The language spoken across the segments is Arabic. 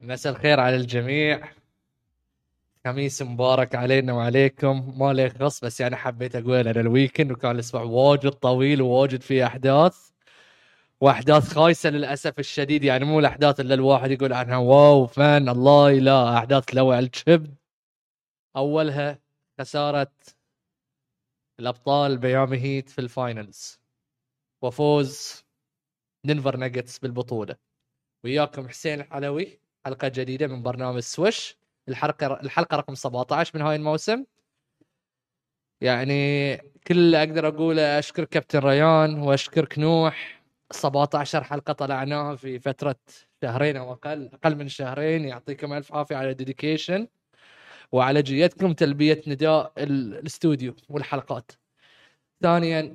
مساء الخير على الجميع. خميس مبارك علينا وعليكم. ما له يخص بس يعني حبيت اقول انا الويكند وكان الاسبوع واجد طويل وواجد فيه واحداث خايسه للاسف الشديد. يعني مو الاحداث اللي الواحد يقول عنها واو فان الله، لا، احداث لوع الكبد. اولها خساره الابطال ميامي هيت في الفاينلز وفوز دنفر ناجتس بالبطوله. وياكم حسين الحلوي، حلقه جديده من برنامج سويش، الحلقه رقم 17 من هاي الموسم. يعني كل اللي اقدر اقوله اشكر كابتن ريان واشكرك نوح. 17 حلقه طلعناها في فتره شهرين او اقل من شهرين. يعطيكم الف عافيه على الديديكيشن وعلى جيتكم تلبيه نداء الاستوديو والحلقات. ثانيا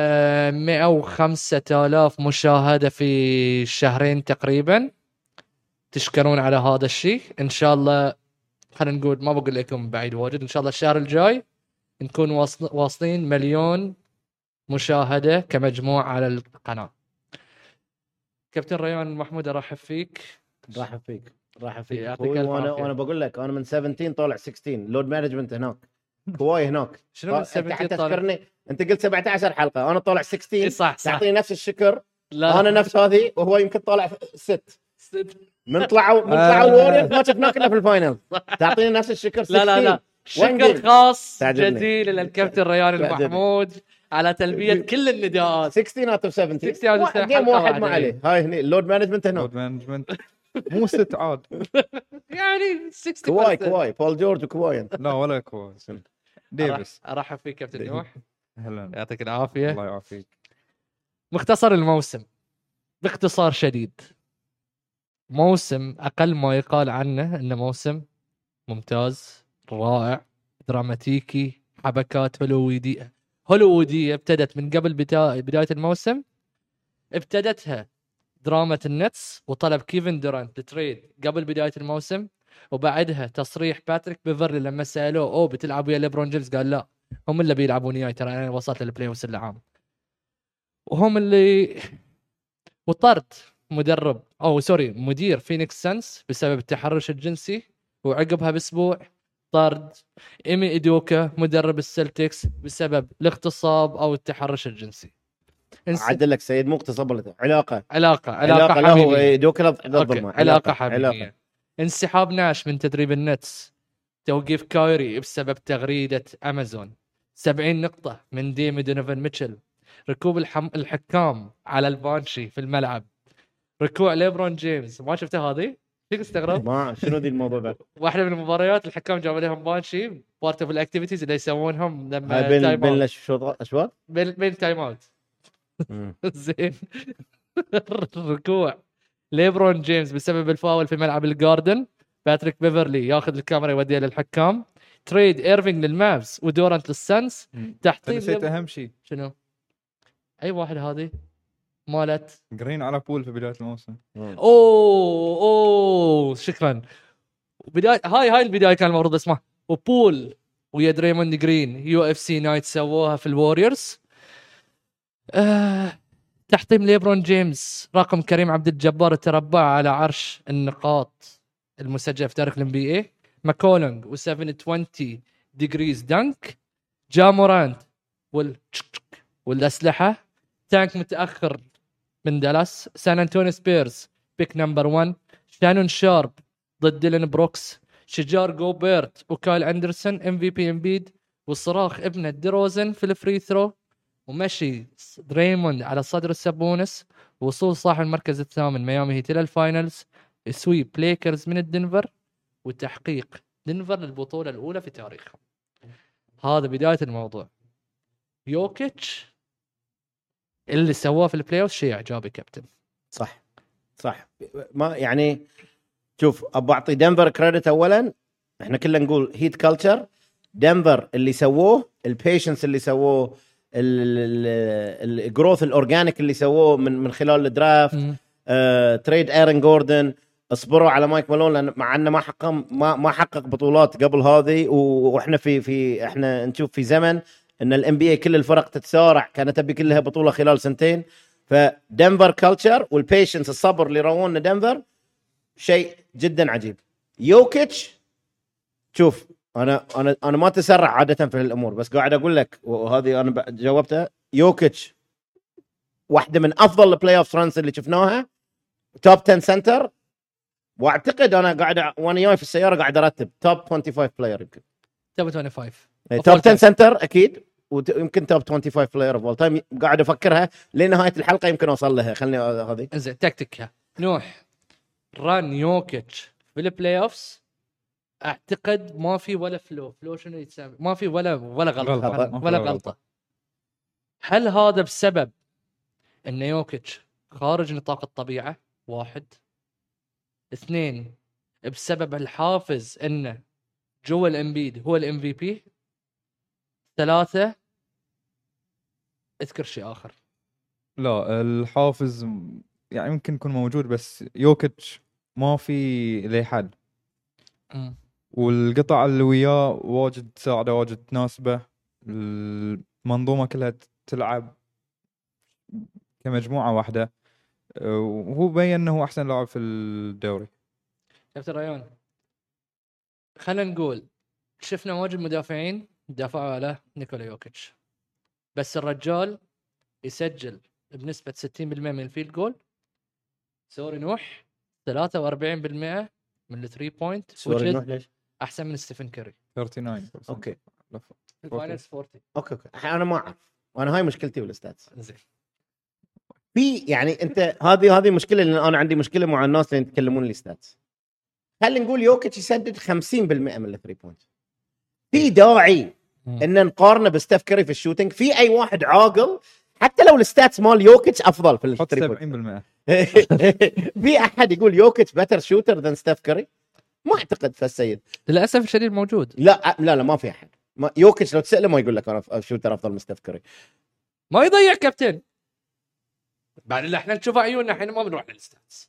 105,000 مشاهده في شهرين تقريبا. تشكرون على هذا الشيء. ان شاء الله خلينا نقول، ما بقول لكم بعيد واجد، ان شاء الله الشهر الجاي نكون واصلين 1,000,000 مشاهدة كمجموع على القناة. كابتن ريان محمود ارحب فيك. رحب فيك يعطيك اخوي. الف وانا عافية. بقول لك انا من 17 طالع 16 لود مانجمنت هناك كواي هناك. شنو من انت 17 حتى طالع؟ تذكرني، انت قلت 17 حلقه انا طالع 16. اي صح تعطيني نفس الشكر. لا انا نفس هذه وهو يمكن طالع 6. ست. من طلعوا الوريورز ما شفناك الا في الفاينل. تعطيني نفس الشكر 16. لا وين شكر جيم؟ خاص تعجبني. جزيل للكابتن ريان تعجبني. المحمود على تلبية كل النداءات. 16 اوت اوف 17. 16 out of 17 جيم واحد حلقة ما عليه. هاي هني اللود مانجمنت هناك. لود مانجمنت مو 6 عاد. يعني 60%. كواي بول جورج وكواي انت. لا ولا كويس. ديفيس ارحب فيك كابتن نوح، اهلا. يعطيك العافية. الله يعافيك. مختصر الموسم باختصار شديد، موسم أقل ما يقال عنه إنه موسم ممتاز رائع دراماتيكي، حبكات هوليوودية ابتدت من قبل بداية الموسم. ابتدتها دراما النتس وطلب كيفن دورانت لتريد قبل بداية الموسم، وبعدها تصريح باتريك بيفرلي لما سألوه بتلعب ويا ليبرون جيمس، قال لا، هم اللي بيلعبون وياي، ترى أنا وصلت للبلاي اوف العام. وهم اللي وطرد مدير فينيكس سانس بسبب التحرش الجنسي، وعقبها باسبوع طرد ايمي ايدوكا مدرب السلتكس بسبب الاغتصاب او التحرش الجنسي. عدل لك سيد، مو اغتصاب ولا علاقه له حميميه. دوكا ضد علاقه حميميه. انسحاب ناش من تدريب النتس، توقيف كايري بسبب تغريده امازون، 70 نقطه من ديمي دونيفن ميتشل، ركوب الحكام على البانشي في الملعب، ركوع ليبرون جيمس. ما شفت هذه؟ شو تستغرب؟ ما شنو ذي الموضوع بعد؟ واحده من المباريات الحكام جابوا لهم بانشي، بارت اوف الاكتيفيتيز اللي يسوونهم لما بين تايم بين اوت. اشواط بين تايم اوت. زين. الركوع ليبرون جيمس بسبب الفاول في ملعب الجاردن، باتريك بيفرلي ياخذ الكاميرا يوديها للحكام، تريد ايرفينج للمافز ودورانت للسانس، تحطيم نسيت اهم شيء. شنو؟ اي واحد هذه مالت جرين على بول في بدايه الموسم. شكرا. بدايه هاي البدايه كان المفروض اسمها وبول ويا دريموند جرين يو اف سي نايت سووها في الواريورز. تحطيم ليبرون جيمس، رقم كريم عبد الجبار تربع على عرش النقاط المسجله في تاريخ الام بي اي، ماكولونج و720 ديجريز دنك، جامورانت والاسلحه، تانك متاخر من دالاس، سان أنطونيو سبيرز بيك نمبر 1، شانون شارب ضد ديلين بروكس، شجار جوبيرت وكايل أندرسون ام في بي امبيد، وصراخ ابن ديروزن في الفري ثرو، ومشي دريموند على صدر السابونس، وصول صاحب المركز الثامن ميامي هيت الى الفاينلز، سويب بليكرز من الدنفر، وتحقيق دنفر للبطولة الأولى في تاريخهم. هذا بداية الموضوع. يوكيتش اللي سواه في البلاي اوف شيء اعجابي كابتن. صح ما يعني شوف، ابى اعطي دنفر كريدت اولا. احنا كلنا نقول هيت كلتشر، دنفر اللي سووه، البيشنس اللي سووه، الجروث الاورجانيك اللي سووه من خلال الدرافت، تريد ايرن جوردن، اصبروا على مايك مالون لان مع انه ما حقق بطولات قبل هذه، واحنا احنا نشوف في زمن ان الام بي اي كل الفرق تتسارع، كانت تبي كلها بطوله خلال سنتين. فدنفر كلتشر والبيشنس، الصبر اللي روونا دنفر شيء جدا عجيب. يوكيتش شوف انا ما تسرع عاده في الامور، بس قاعد اقول لك وهذه انا جاوبتها. يوكيتش واحده من افضل البلاي اوف رانز اللي شفناها، توب 10 سنتر، واعتقد انا قاعد وانا جاي في السياره قاعد ارتب توب 25 بلاير يمكن توب 25 توب 10 سنتر اكيد، ويمكن توب 25 بلاير اوف اول تايم. قاعد افكرها لنهايه الحلقه يمكن اوصل لها. خلني هذه زين تكتيكها نوح ران يوكيتش في البلاي اوفس. اعتقد ما في ولا فلو شنو يتسمى، ما في ولا غلطه ولا غلطه. هل هذا بسبب ان يوكيتش خارج نطاق الطبيعه؟ 1 2 بسبب الحافز انه جوال امبيد هو الام في بي. 3 اذكر شيء اخر. لا الحافز يعني يمكن يكون موجود، بس يوكيتش ما في ليه حل. والقطع اللي وياه واجد تساعده، واجد تناسبه. المنظومة كلها تلعب كمجموعة واحدة، وهو بين انه هو احسن لاعب في الدوري. كابتن ريان، خلينا نقول شفنا واجد مدافعين دافعوا على نيكولا يوكيتش، بس الرجال يسجل بنسبة 60% من الفيلد جول. سوري نوح 43% من الثري بوينت، سوري نوح ليش احسن من ستيفن كيري 39. اوكي الفاينلز 40. اوكي انا ما اعرف، وانا هاي مشكلتي بالستاتس. زين في يعني انت هذه مشكله، لان انا عندي مشكله مع الناس اللي يتكلمون لي ستاتس. خلينا نقول يوكيتش يسدد 50% من الثري بوينت، في داعي ان نقارنه بستيف كيري في الشوتينج؟ في اي واحد عاقل حتى لو الستاتس مال يوكيتش افضل في حط الثري بوينت 70%. في احد يقول يوكيتش بيتر شوتر ذان ستيف كيري؟ ما اعتقد. فالسيد للاسف الشديد موجود. لا ما في احد. يوكيتش لو تساله ما يقول لك انا شوتر افضل من ستيف كيري. ما يضيع كابتن بعد اللي احنا نشوف عيوننا. الحين ما بنروح للستاتس.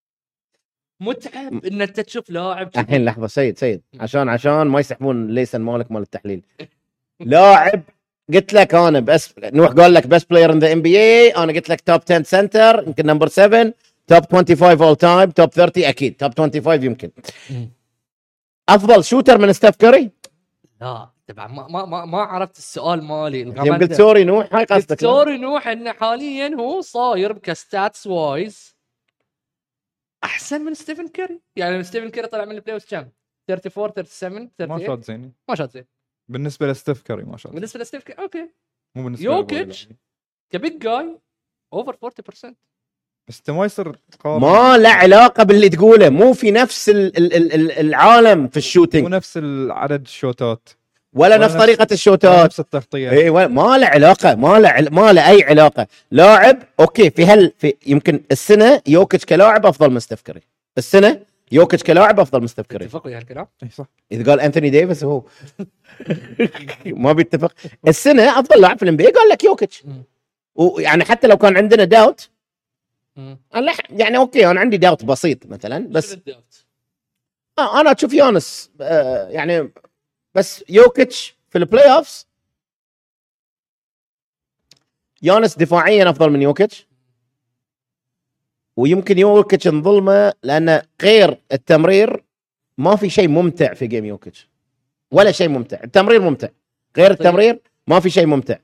متعب ان انت تشوف لاعب. الحين لحظه سيد عشان ما يسحبون ليسن مالك مال التحليل. لاعب قلت لك انا بس نوح قال لك بس بلاير ان ذا ام بي اي، انا قلت لك توب 10 سنتر يمكن نمبر 7، توب 25 اول تايم، توب 30 اكيد، توب 25 يمكن. افضل شوتر من ستيف كيري؟ لا طبعا ما عرفت السؤال مالي. يوم قلت سوري نوح هاي قصدك؟ سوري نوح انه حاليا هو صاير كستاتس وايز احسن من ستيفن كيري. يعني ستيفن كيري طلع من البلاي اوف كم 34 37 ما شاط زين. ما شاط زين بالنسبه لستيف كيري ما شاء الله. بالنسبه لستيف كيري اوكي. مو بالنسبه يوكيتش كبيج جاي اوفر 40%. بس انت ما يصير تقارن. ما له علاقه باللي تقوله، مو في نفس العالم في الشوتينج، مو نفس العدد الشوتات ولا نفس طريقه الشوتات، نفس التغطيه. اي ما له علاقه، ما له اي علاقه. لاعب اوكي في يمكن السنه يوكيتش كلاعب افضل من ستيف كيري. السنه يوكيتش كلاعب افضل من ستيف كيري. اتفقوا هالكلام؟ اي صح. اذا قال انثوني ديفيس هو ما بيتفق. السنه افضل لاعب في الانبي قال لك يوكيتش. ويعني حتى لو كان عندنا داوت يعني اوكي انا عندي داوت بسيط مثلا، بس انا اشوف يانس يعني، بس يوكيتش في البلاي اوفز يانس دفاعيا افضل من يوكيتش. ويمكن يوكيتش نظلمه لان غير التمرير ما في شيء ممتع في جيم يوكيتش، ولا شيء ممتع. التمرير ممتع، غير التمرير ما في شيء ممتع.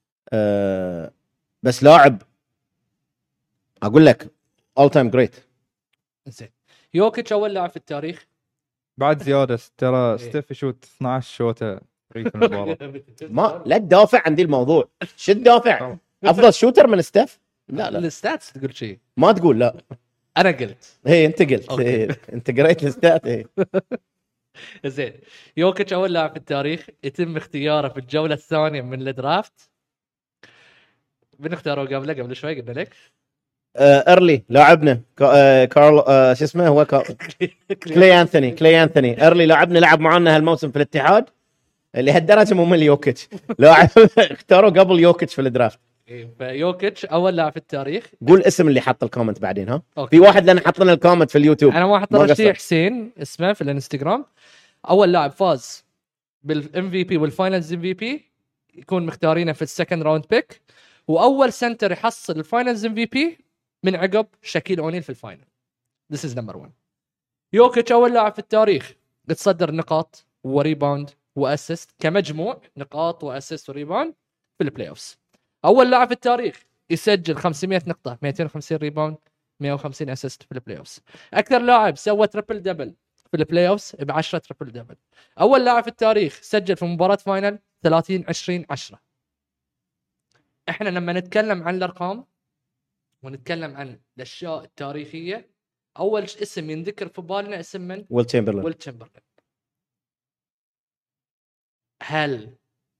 بس لاعب اقول لك all time great. زين يوكيتش اول لاعب في التاريخ بعد زياده ترى ستيف يشوت 12 شوطه في المباراه. ما لا تدافع عن ذي الموضوع. شو تدافع؟ افضل شوتر من ستيف؟ لا الستاتس تقول شيء ما تقول. لا انا قلت. هي انت قلت. انت قريت الستات. زين يوكيتش اول لاعب في التاريخ يتم اختياره في الجوله الثانيه من الدرافت. بنختاره قبل شوي قلنا لك ارلي لاعبنا كارل شو اسمه هو كلي انثوني ارلي لاعبنا، لعب معنا هالموسم في الاتحاد لهالدرجه ممل يوكيتش. لاعب اختاروا قبل يوكيتش في الدرافت. فيوكيتش اول لاعب في التاريخ. قول اسم اللي حط الكومنت بعدين. ها أوكي. في واحد لنا حط لنا الكومنت في اليوتيوب، انا ما حط رشيد حسين اسمه في الانستغرام. اول لاعب فاز بالام في بي والفاينلز ام في بي يكون مختارينه في السكند راوند بيك، واول سنتر يحصل الفاينلز ام في بي من عقب شاكيل اونيل في الفاينل. This is number 1. يوكيتش اول لاعب في التاريخ يتصدر نقاط وريباوند واسيست كمجموع نقاط واسيست وريباوند في البلاي اوفز. اول لاعب في التاريخ يسجل 500 نقطه 250 ريباوند 150 اسيست في البلاي اوفز. اكثر لاعب سوى تريبل دبل في البلاي اوفز ب10 تريبل دبل. اول لاعب في التاريخ سجل في مباراه فاينل 30-20-10. احنا لما نتكلم عن الارقام ونتكلم عن الاشياء التاريخيه اول اسم ينذكر في بالنا اسم من ويل تشامبرلين. ويل تشامبرلين. هل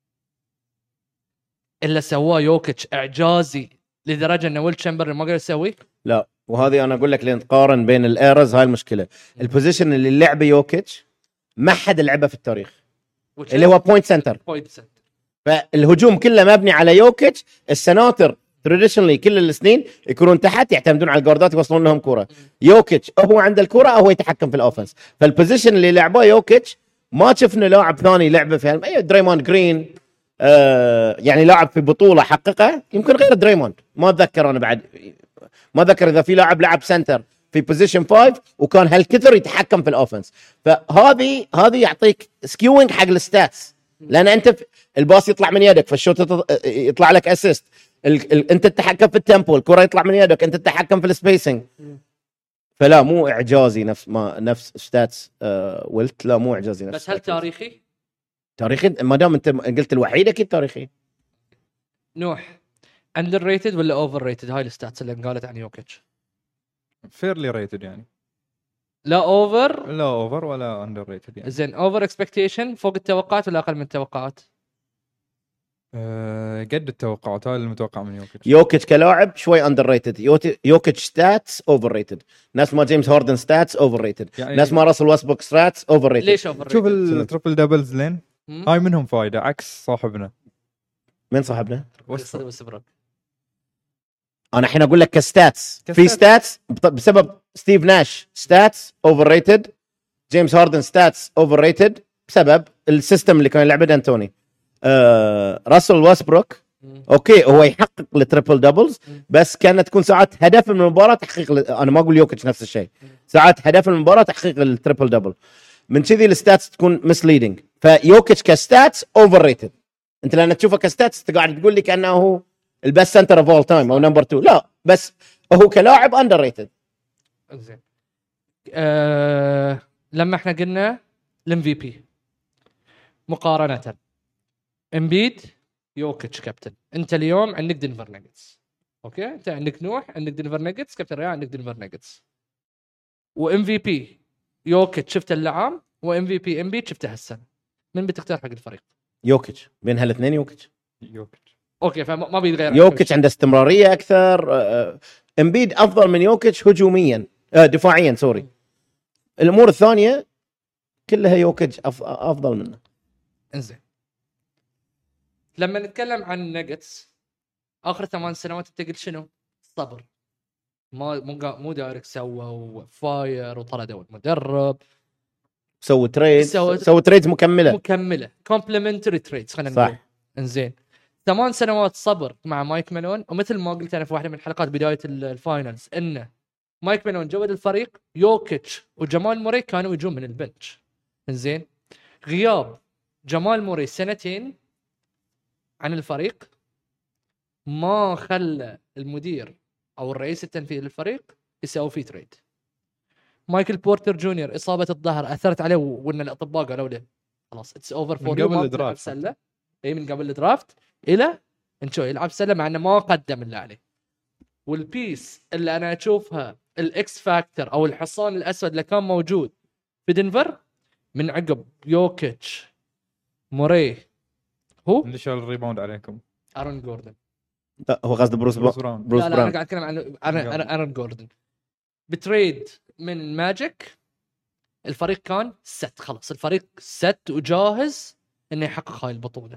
اللي سواه يوكيتش اعجازي لدرجه ان ويل تشامبرلين ما قدر يسويه؟ لا، وهذه انا اقول لك لين تقارن بين الايرز، هاي المشكله. البوزيشن اللي لعبه يوكيتش ما حد لعبه في التاريخ، اللي هو بوينت سنتر. فالهجوم كله مبني على يوكيتش. السناتر تراديشنالي كل السنين يكونون تحت يعتمدون على الجاردات يوصلون لهم كره. يوكيتش هو عند الكره او هو يتحكم في الاوفنس. فالبوزيشن اللي لعبه يوكيتش ما شفنا لاعب ثاني لعبه في دريموند جرين. يعني لاعب في بطوله حققه يمكن غير دريموند، ما اتذكر انا بعد، ما ذكر اذا في لاعب لعب سنتر في بوزيشن 5 وكان هالكثر يتحكم في الاوفنس. فهذه يعطيك سكيوينج حق الستاتس، لان انت الباص يطلع من يدك فالشوت يطلع لك اسيست. انت تتحكم في التيمبو، الكره يطلع من يدك، انت تتحكم في السبيسنج. فلا مو اعجازي نفس ستاتس ويلت. لا مو اعجازي نفس. بس هل تاريخي؟ تاريخي ما دام انت قلت الوحيد اكيد تاريخي. نوح اندر ريتد ولا اوفر ريتد هاي الستاتس اللي قالت عن يوكيتش؟ فيرلي ريتد يعني، لا اوفر لا اوفر ولا اندر ريتد يعني. زين اوفر اكسبكتيشن فوق التوقعات ولا اقل من التوقعات؟ قد التوقعات، هذا المتوقع من يوكيتش. يوكيتش كلاعب شوي اندر ريتد. يوكيتش ستاتس اوفر ريتد. ناس ما جيمس هاردن ستاتس اوفر ريتد. يعني ناس ما راسل ويستبروك ستاتس اوفر ريتد. ليش اوفر شوف التربل دبلز لين هاي منهم فايده عكس صاحبنا. من صاحبنا؟ ويستبروك. انا الحين اقول لك كستاتس. في ستاتس بسبب ستيف ناش ستاتس اوفر ريتد. جيمس هاردن ستاتس اوفر ريتد بسبب السيستم اللي كان يلعبه انتوني. راسل ويستبروك اوكي هو يحقق التريبل دبلز، بس كانت تكون ساعات هدف من المباراه تحقيق انا ما اقول يوكيتش نفس الشيء، ساعات هدف من المباراه تحقيق التريبل دبل. من كذي الستاتس تكون مسليدنج. فيوكيتش كستاتس اوفر ريتد. انت لما تشوفه كستاتس انت قاعد تقول لي كانه هو البست سنتر اوف اول تايم او نمبر 2. لا بس هو كلاعب اندر ريتد. زين لما احنا قلنا الام في بي مقارنه امبيد يوكيتش كابتن، انت اليوم عندك دنفر ناجتس. اوكي انت عندك نوح عندك دنفر ناجتس، كابتن ريان عندك دنفر ناجتس. وام في بي يوكيتش شفته العام وام في بي امبيد شفته هالسنه. من بتختار حق الفريق؟ يوكيتش. بين هالاثنين يوكيتش. اوكي فما بيتغير. يوكيتش عنده استمراريه اكثر. امبيد افضل من يوكيتش هجوميا دفاعيا سوري. الامور الثانيه كلها يوكيتش افضل منه. انزين لما نتكلم عن ناجتس اخر 8 سنوات انت قلت شنو؟ صبر. مو دايركت سووا فاير وطردوا المدرب، سووا تريدز مكمله كومبلمنتري تريدز خلينا نقول. انزين 8 سنوات صبر مع مايك مالون. ومثل ما قلت انا في واحده من حلقات بدايه الفاينلز ان مايك مالون جود الفريق. يوكيتش وجمال موري كانوا يجون من البنش. انزين غياب جمال موري سنتين عن الفريق ما خلى المدير او الرئيس التنفيذي للفريق يسوي فيه تريد. مايكل بورتر جونيور اصابه الظهر اثرت عليه وان الاطباء قالوا له خلاص اتس اوفر فور يو. من قبل الدرافت سله اي من قبل الدرافت الى انشو يلعب سله مع انه ما قدم اللي عليه. والبيس اللي انا اشوفها الاكس فاكتور او الحصان الاسود اللي كان موجود في دنفر من عقب يوكيتش موري هو اللي شال الريباوند عليكم ارون جوردن. لا هو قصد بروس براون. لا انا قاعد اتكلم عن ارون جوردن. بتريد من ماجيك الفريق كان ست، خلاص الفريق ست وجاهز انه يحقق هاي البطوله.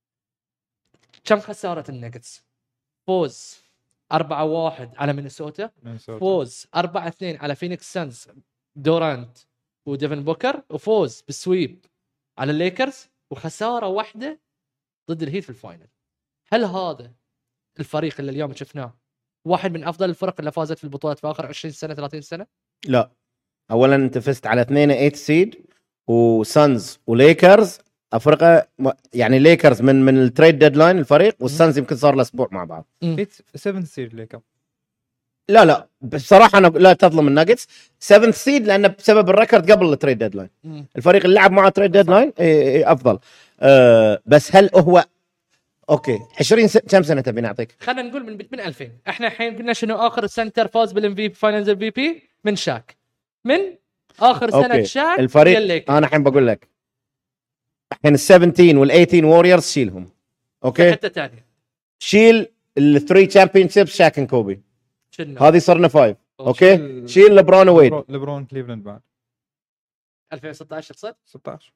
كم خساره الناجتس؟ فوز 4-1 على مينيسوتا، فوز 4-2 على فينيكس سانز دورانت وديفن بوكر، وفوز بالسويب على الليكرز، وخساره واحده ضد الهيت في الفاينل. هل هذا الفريق اللي اليوم شفناه واحد من افضل الفرق اللي فازت في البطولات في اخر 20 سنه 30 سنه؟ لا اولا انت فزت على 2 8 سيد وسانز وليكرز افريقيا، يعني ليكرز من التريد ديدلاين الفريق، والسانز يمكن صار له اسبوع مع بعض. 7 سير ليكر. لا بصراحه انا لا تظلم الناجتس 7 سيد لانه بسبب الريكورد قبل التريد ديدلاين. الفريق اللي لعب معه تريد ديدلاين افضل. بس هل هو اوكي 20 كم سنه تبي نعطيك؟ خلينا نقول من 2000. احنا الحين قلنا شنو اخر سنتر فاز بالام في فاينلز الفي بي من شاك، من اخر سنه أوكي. شاك الفريق انا الحين بقول لك الحين ال17 وال18 ووريرز شيلهم. اوكي حتى ثانيه شيل ال3 تشامبيون شيبس شاك اند كوبي، شنو هذه صرنا 5. اوكي شيل لبرون وويد. لبرون كليفلاند بعد 2016 صد 16.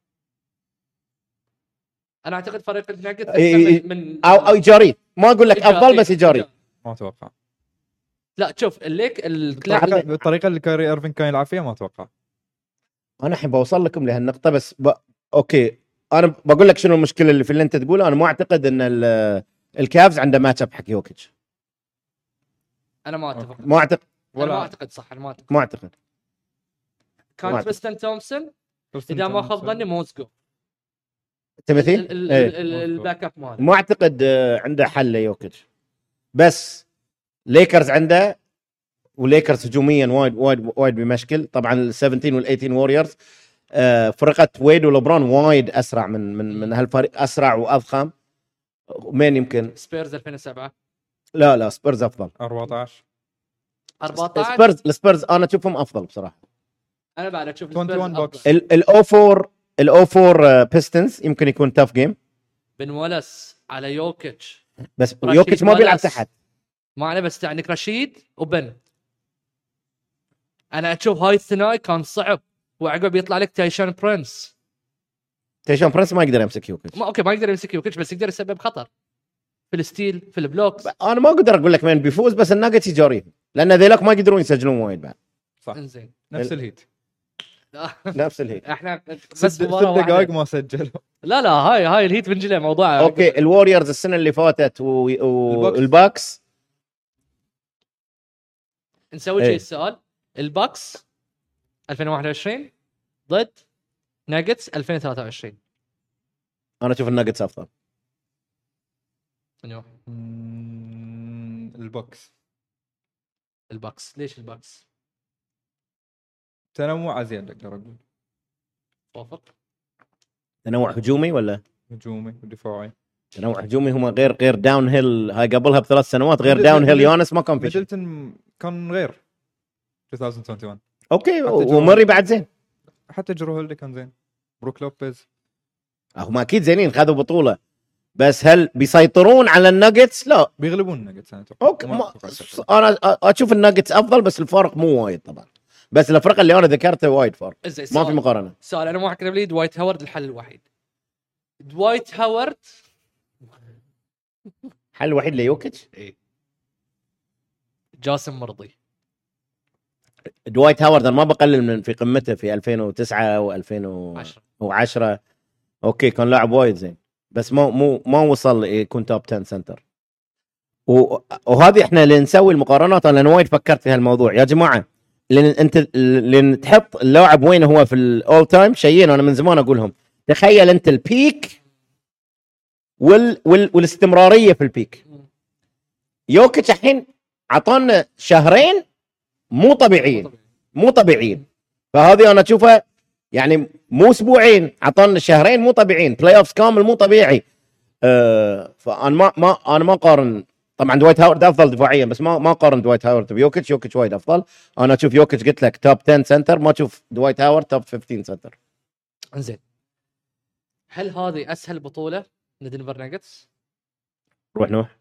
انا اعتقد فريق الناجت من او ايجاري، ما اقول لك افضل بس ايجاري. ما اتوقع. لا شوف الليك الطريقه اللي كاري ايرفين كان يلعب فيها ما اتوقع. انا الحين بوصل لكم لهالنقطه بس اوكي انا بقول لك شنو المشكله اللي في اللي انت تقوله. انا ما اعتقد ان الكافز عنده ماتش اب حق يوكيتش. انا ما اتفق. ما اعتقد ولا ما اعتقد صح. انا ما اعتقد كان تريستن تومسون اذا ما خاب ظني موزجو تيموثي الباك اب ماله. ما اعتقد عنده حل ليوكيتش، بس ليكرز عنده، وليكرز هجوميا وايد بمشكل. طبعا ال17 وال18 ووريرز فرقه ويد ولبرون وايد اسرع من هالفريق، اسرع واضخم. مين يمكن سبيرز 2007؟ لا سبيرز افضل. 14 السبيرز انا اشوفهم افضل بصراحه. انا بعد اشوف السبيرز بوكس. ال04 بيستنز يمكن يكون تاف جيم. بن ولس على يوكيتش، بس يوكيتش ما بيلعب تحت. ما انا بس عندك رشيد وبن. انا اشوف هاي الثنائي كان صعب، وعقب يطلع لك تايشان برنس. تايشان برنس ما يقدر يمسك يوكيتش. اوكي ما يقدر يمسك يوكيتش، بس يقدر يسبب خطر في الستيل في البلوكس. انا ما اقدر اقول لك مين بيفوز، بس الناجتس يجاريهم لان ذيلك ما يقدرون يسجلون وايد بعد. صح انزين نفس الهيت. نفس الهيت احنا بس 6 دقائق ما سجلوا. لا هاي الهيت بنجله موضوع. اوكي الوريورز السنه اللي فاتت والباكس نسوي شيء. السؤال الباكس 2021 ضد ناجتس 2023. انا اشوف الناجتس افضل. الباكس ليش الباكس؟ تنوع ازيد اقدر اقول. وافق. تنوع هجومي ولا هجومي ودفاعي؟ تنوع هجومي هم غير داون هيل. هاي قبلها ب3 سنوات غير داون هيل. يونس ما كان في ميدلتون كان غير 2021. اوكي ومري بعد زين. حتى جرو هيل كان زين. بروك لوبيز هم اكيد زينين خذوا بطوله، بس هل بيسيطرون على الناجتس؟ لا بيغلبون الناجتس. اوكي انا اشوف الناجتس افضل، بس الفارق مو وايد طبعا. بس الفرقه اللي انا ذكرتها وايد فرق، ما في مقارنه. سؤال انا مو حكينا لي دوايت هاورد الحل الوحيد. دوايت هاورد حل الوحيد ليوكيتش. ايه جاسم مرضي. دوايت هاورد انا ما بقلل من في قمته في 2009 و2010. اوكي كان لاعب وايد زين، بس ما وصل يكون توب 10 سنتر. وهذه احنا اللي نسوي المقارنات. انا وايد فكرت في هالموضوع يا جماعه، لان انت لان تحط اللاعب وين هو في الاول تايم شيئين انا من زمان اقولهم. تخيل انت البيك والاستمراريه في البيك. يوكيتش الحين عطانا شهرين مو طبيعيين. فهذه انا اشوفها يعني مو اسبوعين، عطانا شهرين مو طبيعيين، بلاي اوفز كامل مو طبيعي. فانا ما قارن. طبعا دوايت هاورد افضل دفاعيا، بس ما قارن دوايت هاورد بيوكيتش. يوكيتش وايد افضل. انا اشوف يوكيتش قلت لك توب 10 سنتر، ما اشوف دوايت هاورد توب 15 سنتر. انزين هل هذه اسهل بطوله لدنفر ناجتس؟ روح نوح.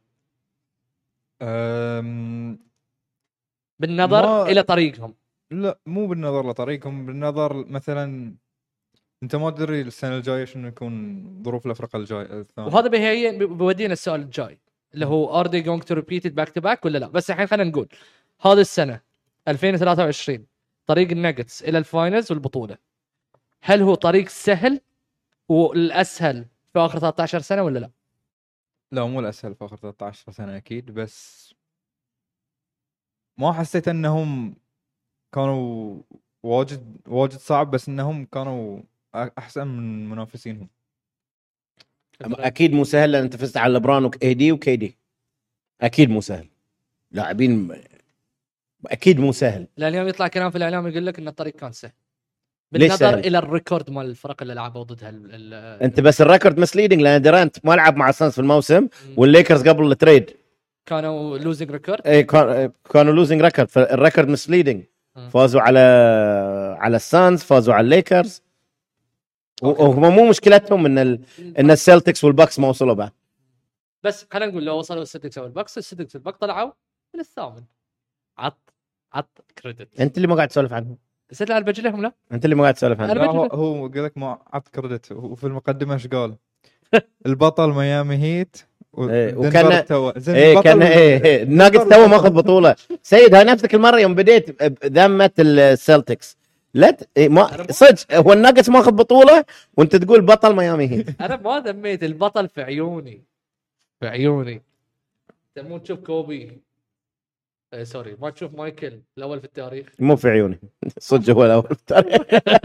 بالنظر الى طريقهم. لا مو بالنظر لطريقهم، بالنظر مثلا انت ما تدري السنه الجايه شنو يكون ظروف الافرقه الجاي الثانيه. وهذا بيودينا السؤال الجاي اللي هو are they going to repeat it back to back ولا لا. بس الحين خلينا نقول هذه السنه 2023 طريق الناجتس الى الفاينلز والبطوله، هل هو طريق سهل والاسهل في اخر 13 سنه ولا لا؟ لا مو الاسهل في اخر 13 سنه اكيد، بس ما حسيت انهم كانوا واجد صعب، بس انهم كانوا احسن من منافسينهم. اكيد مو سهل لان انت فزت على لبران وكيدي وكيدي، اكيد مو سهل لاعبين، اكيد مو سهل. لان اليوم يطلع كلام في الاعلام يقول لك ان الطريق كان سهل ليش بالنظر سهل؟ الى الريكورد مال الفرق اللي لعبوا ضدها انت بس الريكورد مسليدنج لان ديرانت ما لعب مع السانز في الموسم والليكرز قبل التريد كانوا لوزنج ريكورد. اي كانوا لوزنج ريكورد، فالريكورد مسليدنج. فازوا على السانز، فازوا على الليكرز، وهم مو مشكلتهم ان السلتكس والباكس ما وصلوا بعد. بس خلينا نقول لو وصلوا السيتكس او الباكس والباك طلعوا من الثامن. عط كريدت. انت اللي ما قاعد تسولف عنهم، سيد على بجلهم. لا انت اللي ما قاعد تسولف عنهم. أنا لا بجلد. هو قال لك ما عط كريدت، وفي المقدمه ايش قال؟ البطل ميامي هيت وكان زين كان الناقص تو ماخذ بطوله. سيد هاي نفسك المره يوم بديت ذمه السلتكس، لا ما صدق هو الناقص ماخذ بطوله وانت تقول بطل ميامي هيت. انا ما ذميت البطل في عيوني، في عيوني. انت مو تشوف كوبي سوري ما تشوف مايكل الاول في التاريخ. مو في عيوني صدق هو الاول في التاريخ.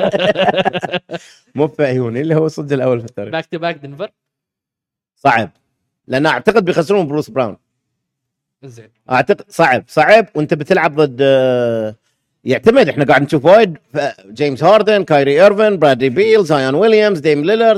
مو في عيوني اللي هو صدق الاول في التاريخ. باك تو باك دنفر صعب لان اعتقد بيخسرون بروس براون. زين اعتقد صعب وانت بتلعب ضد يعتمد. احنا قاعد نشوف وايد جيمس هاردن، كايري ايرفن، برادلي بيل، زايون ويليامز، ديم ليلارد.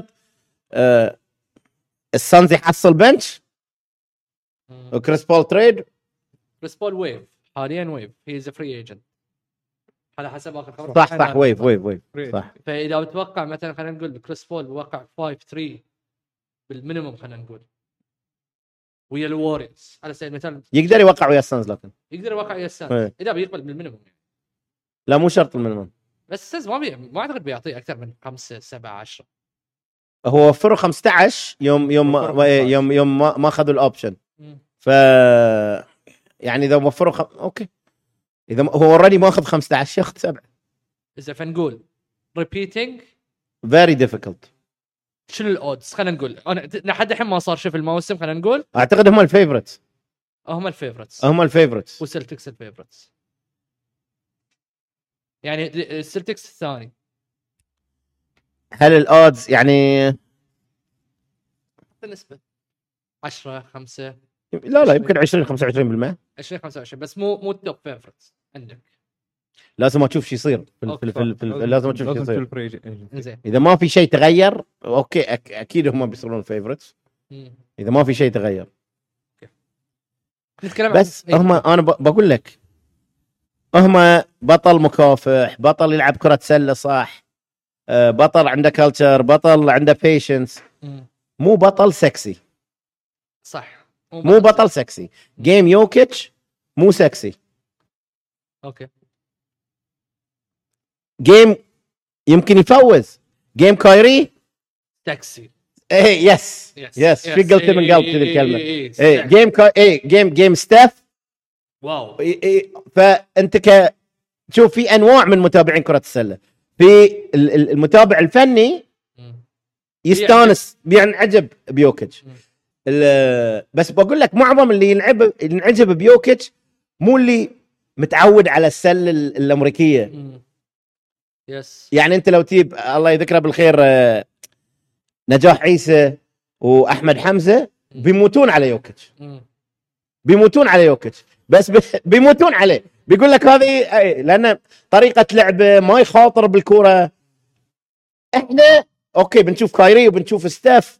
السانز يحصل بنش وكريس بول تريد. كريس بول ويف حاليا، ويف هي از فري ايجنت على حسب اخر خبر. صح ويف صح. فاذا بتوقع مثلا خلينا نقول كريس بول وقع 5-3 بالمينيموم، خلينا نقول ويا الواريورز على سبيل المثال، يقدر يوقع ويا السانز لكن يقدر يوقع ويا السانز اذا بيقبل بالمينيموم يعني. لا مو شرط المينيموم، بس السانز ما اعتقد بيعطيه اكثر من 5 7 10. هو وفروا 15 يوم ما اخذوا الاوبشن. ف يعني اذا وفروا اوكي، اذا هو اوريدي ماخذ 15 ياخذ 7. اذا فنقول ريبيتنج فيري ديفيكولت. شنو الاودز؟ خلينا نقول انا لحد الحين ما صار شيء في الموسم، خلينا نقول اعتقد هم الفيفورتس. هم الفيفورتس والسلتكس الفيفورتس يعني السلتكس الثاني. هل الاودز يعني بالنسبه 10 5 لا يمكن 20 25%، 20 25 بس مو التوب فيفورتس عندك. لازم اشوف شو يصير لازم اشوف شو يصير. زين اذا ما في شيء تغير اوكي اكيد هم بيصيرون الفيفورتس. اذا ما في شيء تغير بس هم انا بقول لك هم بطل مكافح، بطل يلعب كرة سلة صح، بطل عنده كلتشر، بطل عنده بيشنس، مو بطل سكسي. صح مو بطل سكسي. جيم يوكيتش مو سكسي. اوكي جيم يمكن يفوز. جيم كايري سكسي. ايه يس في قلت من قلب كذا الكلمه. جيم ستاف واو. فانت شوف في انواع من متابعين كرة السلة. في المتابع الفني يستانس بينعجب بيوكيتش، بس بقول لك معظم اللي ينعجب بيوكيتش مو اللي متعود على السلة الامريكيه. يس يعني انت لو تجيب الله يذكره بالخير نجاح عيسى واحمد حمزه بيموتون على يوكيتش، بس بيموتون عليه. بيقول لك هذه لان طريقه لعبه ما يخاطر بالكوره. احنا اوكي بنشوف كايري وبنشوف ستاف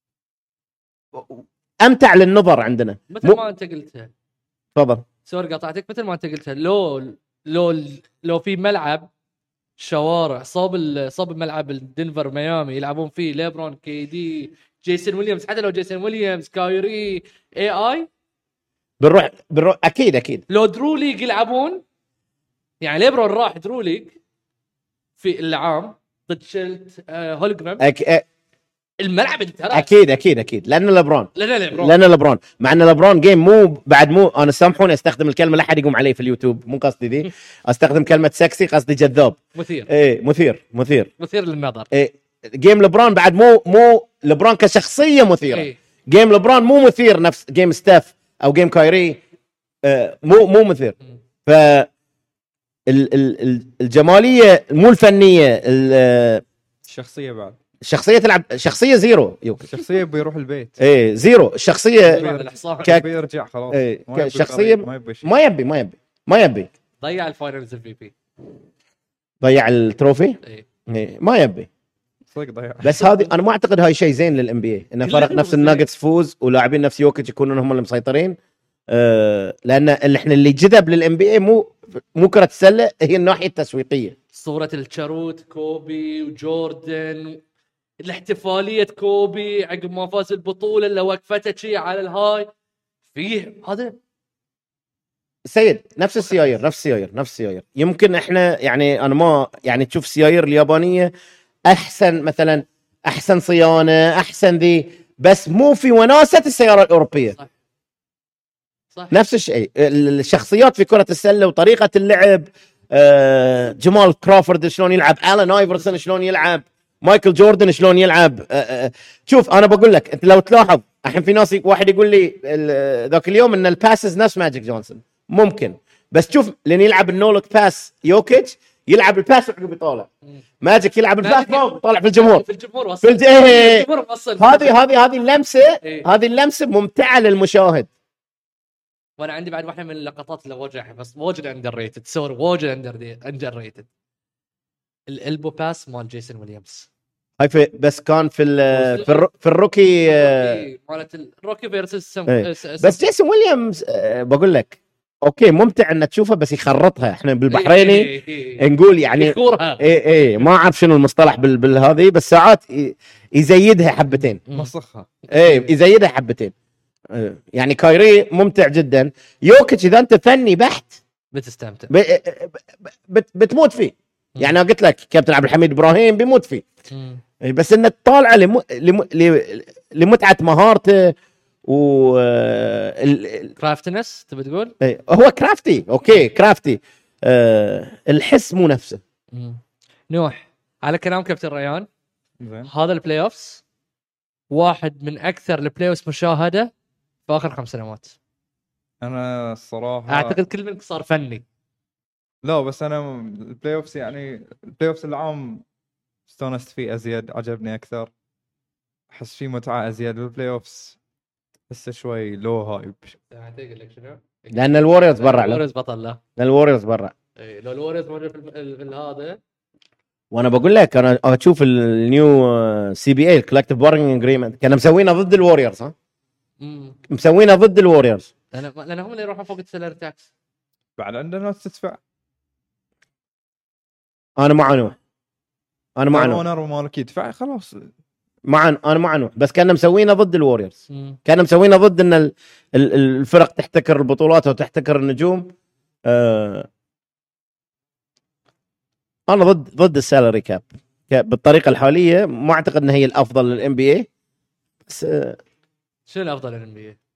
امتع للنظر عندنا. مثل ما انت قلتها. تفضل سوري قطعتك. مثل ما انت قلتها لو في ملعب شوارع صوب ملعب دنفر ميامي يلعبون فيه ليبرون كيدي جيسون ويليامز، حتى لو جيسون ويليامز كايري اي بنروح اكيد لو درو ليج يلعبون. يعني ليبرون راح درو ليج في العام ضد شيلت هولجرام. الملعب انترس اكيد لان لبرون مع ان لبرون جيم مو انا سامحوني استخدم الكلمه لا احد يقوم علي في اليوتيوب، مو قصدي ذي استخدم كلمه سكسي، قصدي جذاب مثير. مثير للنظر. جيم لبرون بعد مو لبرون كشخصيه مثيره. جيم لبرون مو مثير نفس جيم ستاف او جيم كايري. مو مثير. ف الجماليه مو الفنيه، الشخصيه بعد الشخصيه تلعب شخصيه زيرو. الشخصيه بيروح البيت ايه زيرو الشخصيه بيرجع خلاص. ايه شخصيه ما يبي ضيع الفاينلز الفي بي، ضيع التروفي. ايه ما يبي صدق ضيع. بس هذه انا ما اعتقد هاي شيء زين للام بي اي، ان فرق نفس الناجتس فوز ولاعبين نفس يوكيتش يكونون هم اللي مسيطرين. لان احنا اللي جذب للام بي اي مو كره السله، هي الناحيه التسويقيه. صوره الشاروت كوبي وجوردن، الاحتفاليه كوبي عقب ما فاز البطوله اللي وقفته شي على الهاي فيه هذا سيد نفس السيايير. يمكن احنا يعني انا ما يعني تشوف السيايير اليابانيه احسن، مثلا احسن صيانه احسن ذي، بس مو في وناسه السياره الاوروبيه. صح. نفس الشيء الشخصيات في كره السله وطريقه اللعب. جمال كرافورد شلون يلعب، آلان ايفرسون شلون يلعب، مايكل جوردن شلون يلعب. شوف انا بقول لك، انت لو تلاحظ الحين في ناس واحد يقول لي ذاك اليوم ان الباسز نفس ماجيك جونسون، ممكن، بس شوف لين يلعب النولك باس يوكيتش يلعب الباس وعقب يطالع، ماجيك يلعب الباس طالع في الجمهور وصل. هذه اللمسه هذه اللمسه ممتعه للمشاهد. وانا عندي بعد واحده من اللقطات اللي واجد اندر ريتد، واجد اندر ريتد، الالبو باس مال جيسون ويليامز. هاي بس كان في الروكي مالت الروكي فيرسس بس جيسون ويليامز بقول لك اوكي ممتع انك تشوفه، بس يخرطها. احنا بالبحريني نقول يعني ايه ما اعرف شنو المصطلح بالهذه، بس ساعات يزيدها حبتين، مسخها يزيدها حبتين. يعني كايري ممتع جدا. يوكيتش اذا انت فني بحت بتستمتع، بتموت فيه. يعني قلت لك كابتن عبد الحميد ابراهيم بيموت فيه، بس انك طالعه لمتعه مهارته و كرافتنس تبي تقول. هو كرافتي، اوكي كرافتي. الحس مو نفسه. نوح على كلام كابتن ريان، هذا البلاي اوفس واحد من اكثر البلاي اوفس مشاهده في اخر 5 سنوات. انا الصراحه اعتقد كل من صار فني. لا بس انا البلاي اوفس يعني البلاي اوفس العام استانست فيه ازيد، عجبني اكثر، احس فيه متعه ازيد. البلاي اوفس هسه شوي لو هايب. اقول لك شنو، لان الوريورز برا، الوريورز بطل له، لان الوريورز برا. اي لو الوريورز موجود في هذا. وانا بقول لك انا اشوف النيو سي بي اي الكولكتيف بارجنينج اجريمنت كانوا مسوينه ضد الوريورز. ها مسوينه ضد الوريورز لان هم اللي يروحون فوق السلر تاكس. بعد عندنا ناس تدفع. انا مع نوح، انا مع نوح، انا مالك يدفع خلاص انا مع نوح، بس كانوا مسوينه ضد الوريورز. كانوا مسوينه ضد ان الفرق تحتكر البطولات وتحتكر النجوم. انا ضد السالري كاب بالطريقه الحاليه. ما اعتقد ان هي الافضل للام بي اي. بس شو الافضل للام بي اي؟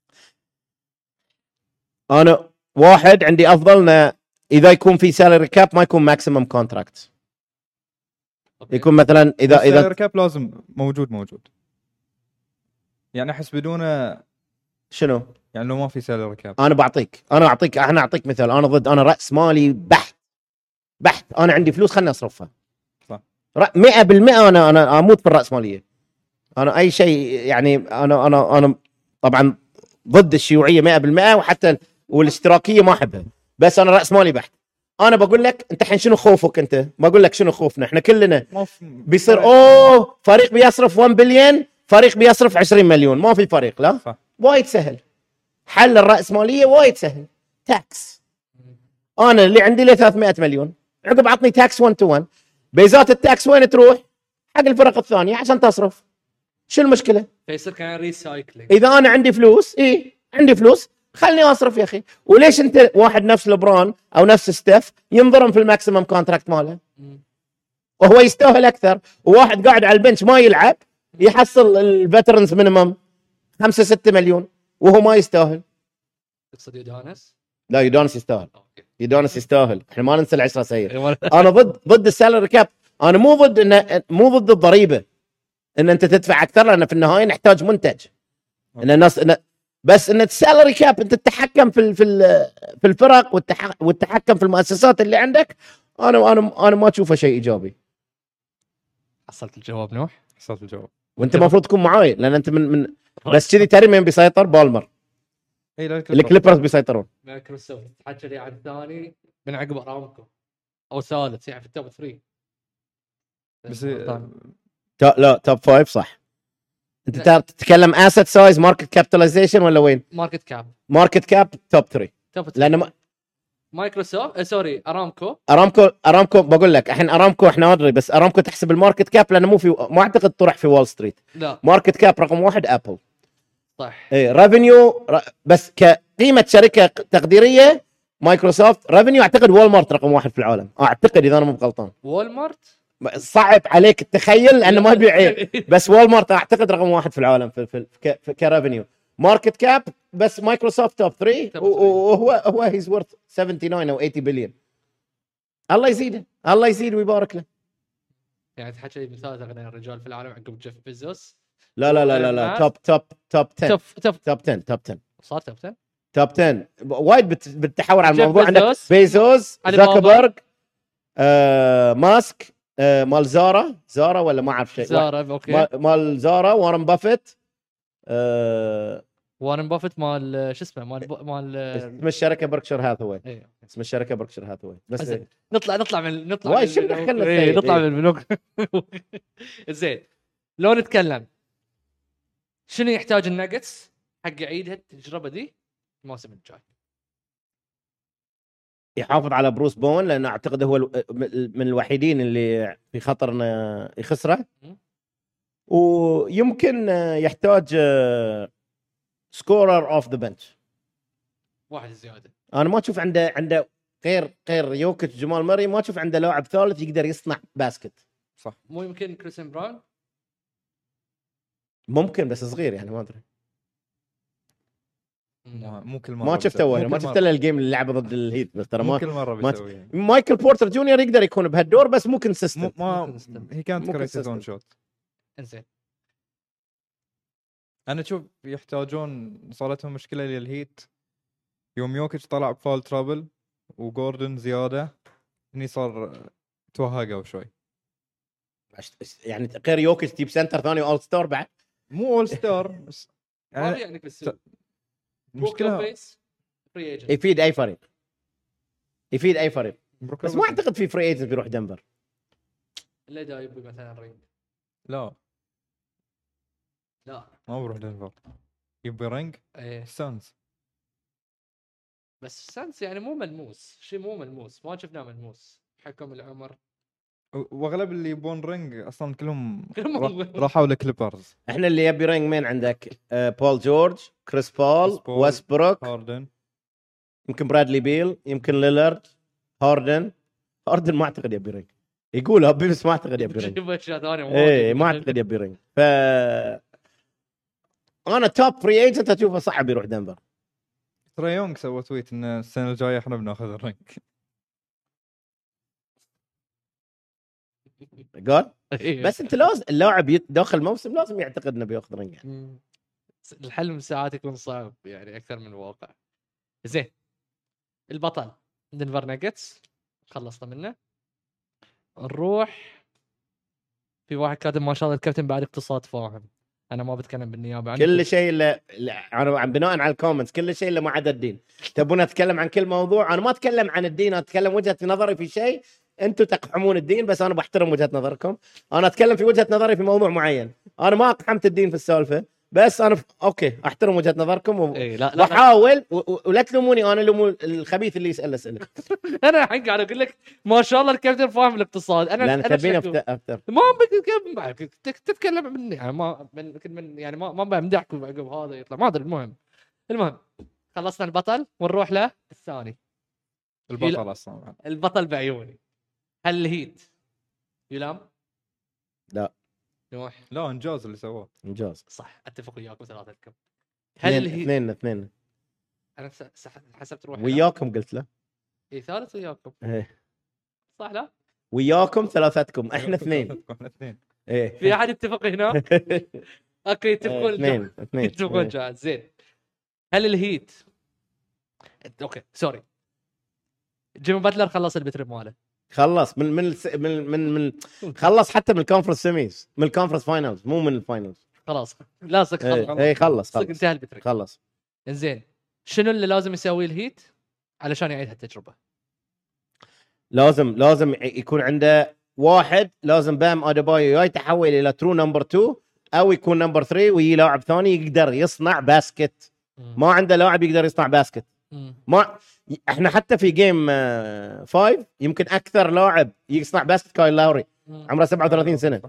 انا واحد عندي افضلنا اذا يكون في سالري كاب ما يكون ماكسيمم كونتراكت. يكون مثلا اذا السالري كاب لازم موجود يعني احس بدونه شنو يعني لو ما في سالري كاب. انا اعطيك مثال. انا ضد، انا راس مالي بحت. انا عندي فلوس خلني اصرفها صح 100%. انا اموت في الراسماليه. انا اي شيء يعني انا طبعا ضد الشيوعيه 100%، وحتى والاشتراكيه ما احبها، بس انا راس مالي بحت. انا بقول لك انت الحين شنو خوفك انت؟ ما اقول لك شنو خوفنا احنا كلنا. بيصير فريق بيصرف 1 بليون، فريق بيصرف 20 مليون، ما في فريق. لا صح. وايد سهل حل الراسماليه، وايد سهل. تاكس. انا اللي عندي له 300 مليون، عقب عطني تاكس 1 تو 1. بيزات التاكس وين تروح؟ حق الفرق الثانيه عشان تصرف. شو المشكله؟ فيصير كان ريسايكلينج. اذا انا عندي فلوس، عندي فلوس، خلني اصرف يا اخي. وليش انت واحد نفس لبران او نفس ستيف ينضرم في الماكسيمم كونتراكت ماله وهو يستاهل اكثر، وواحد قاعد على البنش ما يلعب يحصل الفيترنز مينيمم 5-6 مليون وهو ما يستاهل؟ تقصد يودانس؟ لا يودانس يستاهل. يودانس يستاهل. احنا ما ننسى العشرة سيء. انا ضد السالري كاب. انا مو ضد الضريبه ان انت تدفع اكثر، لان في النهايه نحتاج منتج. ان الناس بس ان السالري كاب انت تتحكم في الفرق والتحكم في المؤسسات اللي عندك. انا ما اشوفه شيء ايجابي. حصلت الجواب نوح. حصلت الجواب. وانت المفروض تكون معاي لان انت من بس كذي ترى مين بيسيطر؟ بالمر. اي لا الكليبرز بيسيطرون. مايكروسوفت تحكي لي عن ثاني من عقب ارامكو او ثالث يعني في التوب 3 بس لا توب 5 صح. انت تتكلم اسيت سايز ماركت كابيتاليزيشن ولا وين؟ ماركت كاب. ماركت كاب توب 3 لان مايكروسوفت سوري ارامكو بقول لك الحين ارامكو احنا ادري بس ارامكو تحسب الماركت كاب لانه مو اعتقد طرح في وول ستريت. لا ماركت كاب رقم 1 ابل صح. اي ريفينيو بس كقيمه شركه تقديريه مايكروسوفت ريفينيو اعتقد وول مارت رقم 1 في العالم اعتقد اذا انا مو غلطان. وول مارت صعب عليك التخيل لانه ما يبيع بس وول مارت اعتقد رقم 1 في العالم في كريفينيو. ماركت كاب بس مايكروسوفت توب 3 وهو هيز ورث 79 او 80 بليون. الله يزيده الله يزيد ويبارك له. يعني تحكي لي مثال اغنى الرجال في العالم عقب جيف بيزوس. لا توب 10 صار توب 10 وايد بتحور على الموضوع. عندك بيزوس زاكربرج ماسك مال زارا ولا ما اعرف شيء. زارا اوكي مال زارا وارن بافيت وارن بافيت مال شو اسمه مال اسم الشركه بركشير هاثاواي. ايه. اسم الشركه بركشير هاثاواي. بس نطلع من وايد شو دخلنا نطلع من البنوك. زين لو نتكلم شنو يحتاج الناجتس حق يعيدها التجربه دي الموسم الجاي؟ يحافظ على بروس بون لانه اعتقد هو من الوحيدين اللي في خطر انه يخسره. ويمكن يحتاج سكورر اوف ذا بنش واحد زياده. انا ما اشوف عنده غير يوكيتش جمال ماري ما اشوف عنده لاعب ثالث يقدر يصنع باسكت. صح. مو يمكن كريسن براون ممكن بس صغير يعني ما ادري. مو كل مره ما شفته ما شفت له الجيم اللي لعبه ضد الهيت بس ترى مو كل مره بيسوي يعني. مايكل بورتر جونيور يقدر يكون بهالدور بس مو كونسيستنت. هي كانت كريتي زون شوت. انزين انا اشوف يحتاجون صارت لهم مشكله للهيت يوم يوكيتش طلع بفول ترابل وجوردن زياده هني صار توهقوا شوي. يعني غير يوكيتش تجيب سنتر ثاني اول ستار بعد مو اول ستار بس يعني بس المشكله يفيد اي فريق بس ما اعتقد في فري ايجنت بيروح دنفر. اللي دا يبي مثلا رينج لا ما بروح دنفر يبي رينج سانز. بس سانس يعني مو ملموس شيء مو ملموس ما شفناه ملموس حكم العمر واغلب اللي يبون رينج اصلا كلهم راحوا للكليبرز. احنا اللي يبي رينج مين عندك؟ بول جورج كريس بول ويستبروك هاردن يمكن برادلي بيل يمكن ليلارد هاردن ما اعتقد يبي رينج. يقول ابي بس ما اعتقد يبي رينج. ايه ما اعتقد يبي رينج. ف انا توب فري ايجنت اشوفه صعب يروح دنفر. ترى يونغ سوى تويت ان السنه الجايه احنا بناخذ الرينج. قال بس انت لازم اللاعب داخل الموسم لازم يعتقد انه بياخذ رينج. الحلم ساعات يكون صعب يعني اكثر من الواقع. زين البطل دنفر ناجتس خلصنا منه. نروح في واحد كاتب ما شاء الله الكابتن بعد اقتصاد فاهم. انا ما بتكلم بالنيابه عنه كل شيء انا عن بناء على الكومنتس كل شيء الا ما عدا الدين. تبون اتكلم عن كل موضوع انا ما اتكلم عن الدين اتكلم وجهه نظري في شيء. انتم تقحمون الدين بس انا بحترم وجهه نظركم. انا اتكلم في وجهه نظري في موضوع معين. انا ما اقحمت الدين في السالفه بس انا اوكي احترم وجهه نظركم واحاول ولا تلوموني انا لومو الخبيث اللي يسال اسئله. انا الحين قاعد اقول لك ما شاء الله الكابتن فاهم الاقتصاد. انا تبين افتر ما تتكلم مني يعني ما من يعني ما بمدحك وعقب هذا يطلع ما ادري. المهم خلصنا البطل ونروح له الثاني. البطل اصلا البطل بعيوني هل الهيت يلام؟ لا لا انجاز اللي سواه انجاز صح اتفق وياكم ثلاثتكم. هل اثنين انا حسبت روحي وياكم قلت له اي ثالث وياكم صح لا وياكم ثلاثتكم احنا اثنين ايه في احد يتفق هنا؟ اوكي يتفقون اثنين يتفقون جاهز. زين هل الهيت اوكي سوري جيمي باتلر خلص البتريب ماله خلص من خلص حتى من الكونفرنس سيميز، من الكونفرنس فاينلز مو من الفاينلز. خلاص لازم اي خلص صدق انتهى البتريب. خلص. انزين شنو اللي لازم يسويه الهيت علشان يعيد هالتجربه؟ لازم يكون عنده واحد، لازم بام اديبايو يا يتحول الى ترو نمبر 2 او يكون نمبر 3 ويجي لاعب ثاني يقدر يصنع باسكت. ما عنده لاعب يقدر يصنع باسكت. ما احنا حتى في جيم 5 يمكن اكثر لاعب يصنع باسكت كايل لاوري عمره 37 سنه.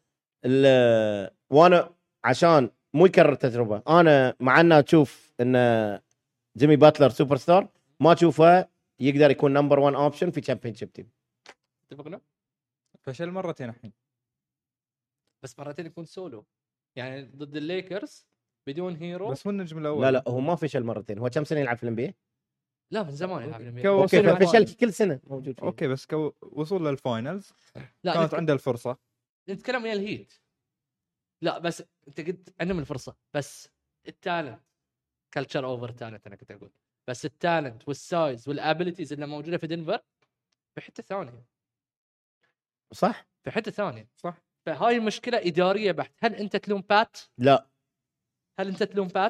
وانا عشان مو يكرر التجربه، انا مع انه تشوف ان جيمي باتلر سوبر ستار، ما تشوفه يقدر يكون نمبر 1 اوبشن في تشامبيونشيب تيم. اتفقنا. فشل مرتين الحين، بس مرتين يكون سولو يعني ضد الليكرز بدون هيرو. بس هو النجم الاول. لا هو ما فشل مرتين. هو كم سنه يلعب في الانبياء؟ لا من زمان يلعب في كو- اوكي وصل فشل كل سنه موجود فيه. اوكي بس وصول للفاينلز لا كانت عنده الفرصه. نتكلم ويا الهيت. لا بس انت قلت عندهم الفرصه، بس التالنت كلتشر اوفر تالنت انا كنت اقول، بس التالنت والسايز والابيليتيز اللي موجوده في دنفر في حته ثانيه. صح في حته ثانيه صح. فهاي مشكله اداريه بحت. هل انت تلوم بات؟ لا هل انت تلوم بات؟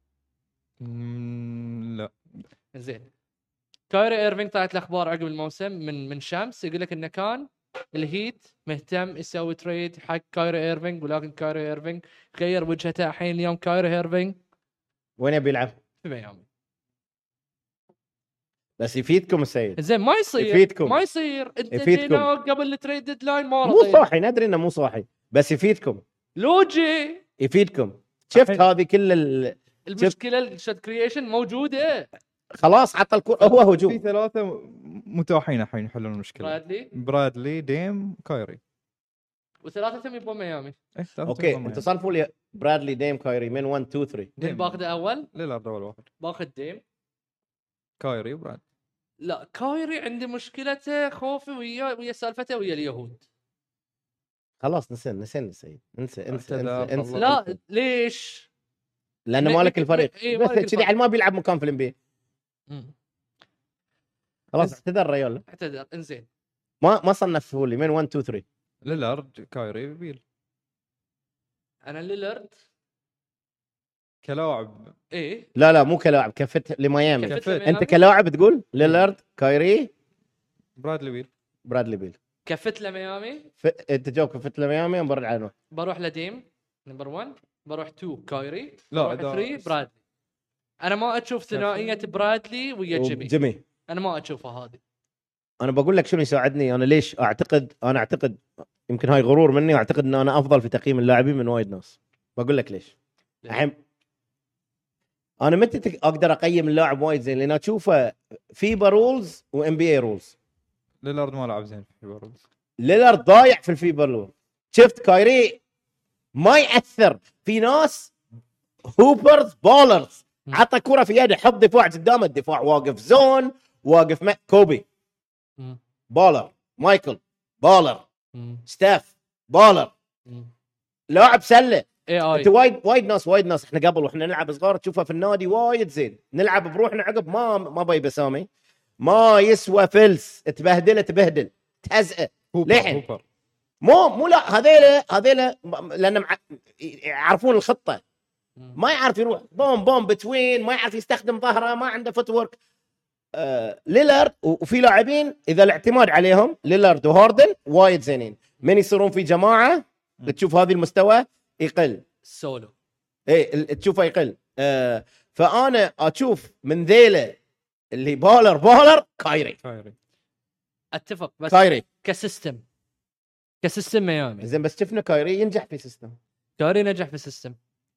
لا زين كايري ايرفينج طلعت الاخبار عقب الموسم من شمس يقول لك انه كان الهيت مهتم يسوي تريد حق كايري ايرفينج، ولكن كايري ايرفينج غير وجهته الحين اليوم. كايري ايرفينج وين يبي يلعب؟ في ميامي. بس يفيدكم السيد. زين ما يصير يفيدكم. ما يصير انت يفيدكم. جينا قبل التريد ديدلاين ما مو رضيت. صاحي، ندري انه مو صاحي، بس يفيدكم لوجي يفيدكم. شفت هذه كل المشكله الشات كرييشن موجوده. خلاص عطى الكره. هو في هجوم. 3 متاحين الحين يحلون المشكله. برادلي ديم كايري، وثلاثتهم يبون ميامي. اوكي انت صنفوا لي برادلي ديم كايري من 1 2 3. ديم باخذه اول. ليلارد اول واحد. باخذ ديم كايري وبراد. لا كايري عندي مشكلته خوفي ويا سالفته ويا اليهود. خلاص نسينا انسى. لا ليش؟ لانه مالك الفريق. إيه بس كذي ما بيلعب مكان في الانبي. خلاص اعتذر ريال. اعتذر. انزين ما صنفوا لي من 1 2 3. ليلارد كايري بيل. انا ليلارد كلاعب ايه. لا مو كلاعب، كفت لميامي. انت كلاعب تقول ليلارد كايري برادلي بيل. كفت لميامي. انت جو كفت لميامي. برد عنه. بروح لديم نمبر 1. بروح 2 كايري. لا 3 برادلي. انا ما اشوف ثنائيه برادلي ويا جيمي. انا ما اشوفها هذه. انا بقول لك شنو يساعدني انا. ليش اعتقد يمكن هاي غرور مني، واعتقد ان انا افضل في تقييم اللاعبين من وايد ناس. بقول لك ليش. الحين انا متى اقدر اقيم اللاعب وايد زين؟ لان اشوفه فيبا رولز وام بي اي رولز. ليلارد ما لعب زين في فيبا رولز. ليلارد ضايع في الفيبا رولز. شفت كايري ما ياثر في ناس هوبرز بولرز. عطى كرة في يده، حط دفاع قدامه، الدفاع واقف زون، واقف كوبي بالر، مايكل بالر، ستاف بالر، لاعب سله. انت وايد ناس احنا قبل واحنا نلعب صغار تشوفها في النادي وايد زين، نلعب بروحنا عقب ما بي بسامي، ما يسوى فلس، تبهدل تهزئه لحن. مو لا هذيله لان يعرفون الخطه، ما يعرف يروح بوم بتوين، ما يعرف يستخدم ظهره، ما عنده فوتورك. ليلارد وفي لاعبين اذا الاعتماد عليهم ليلارد وهاردن وايد زينين، من يصيرون في جماعه تشوف هذه المستوى يقل سولو. ايه تشوفه يقل. فانا اشوف من ذيله اللي بالر كايري. اتفق بس كايري كسيستم ميامي زين، بس شفنا كايري ينجح في سيستم. كايري نجح في السيستم.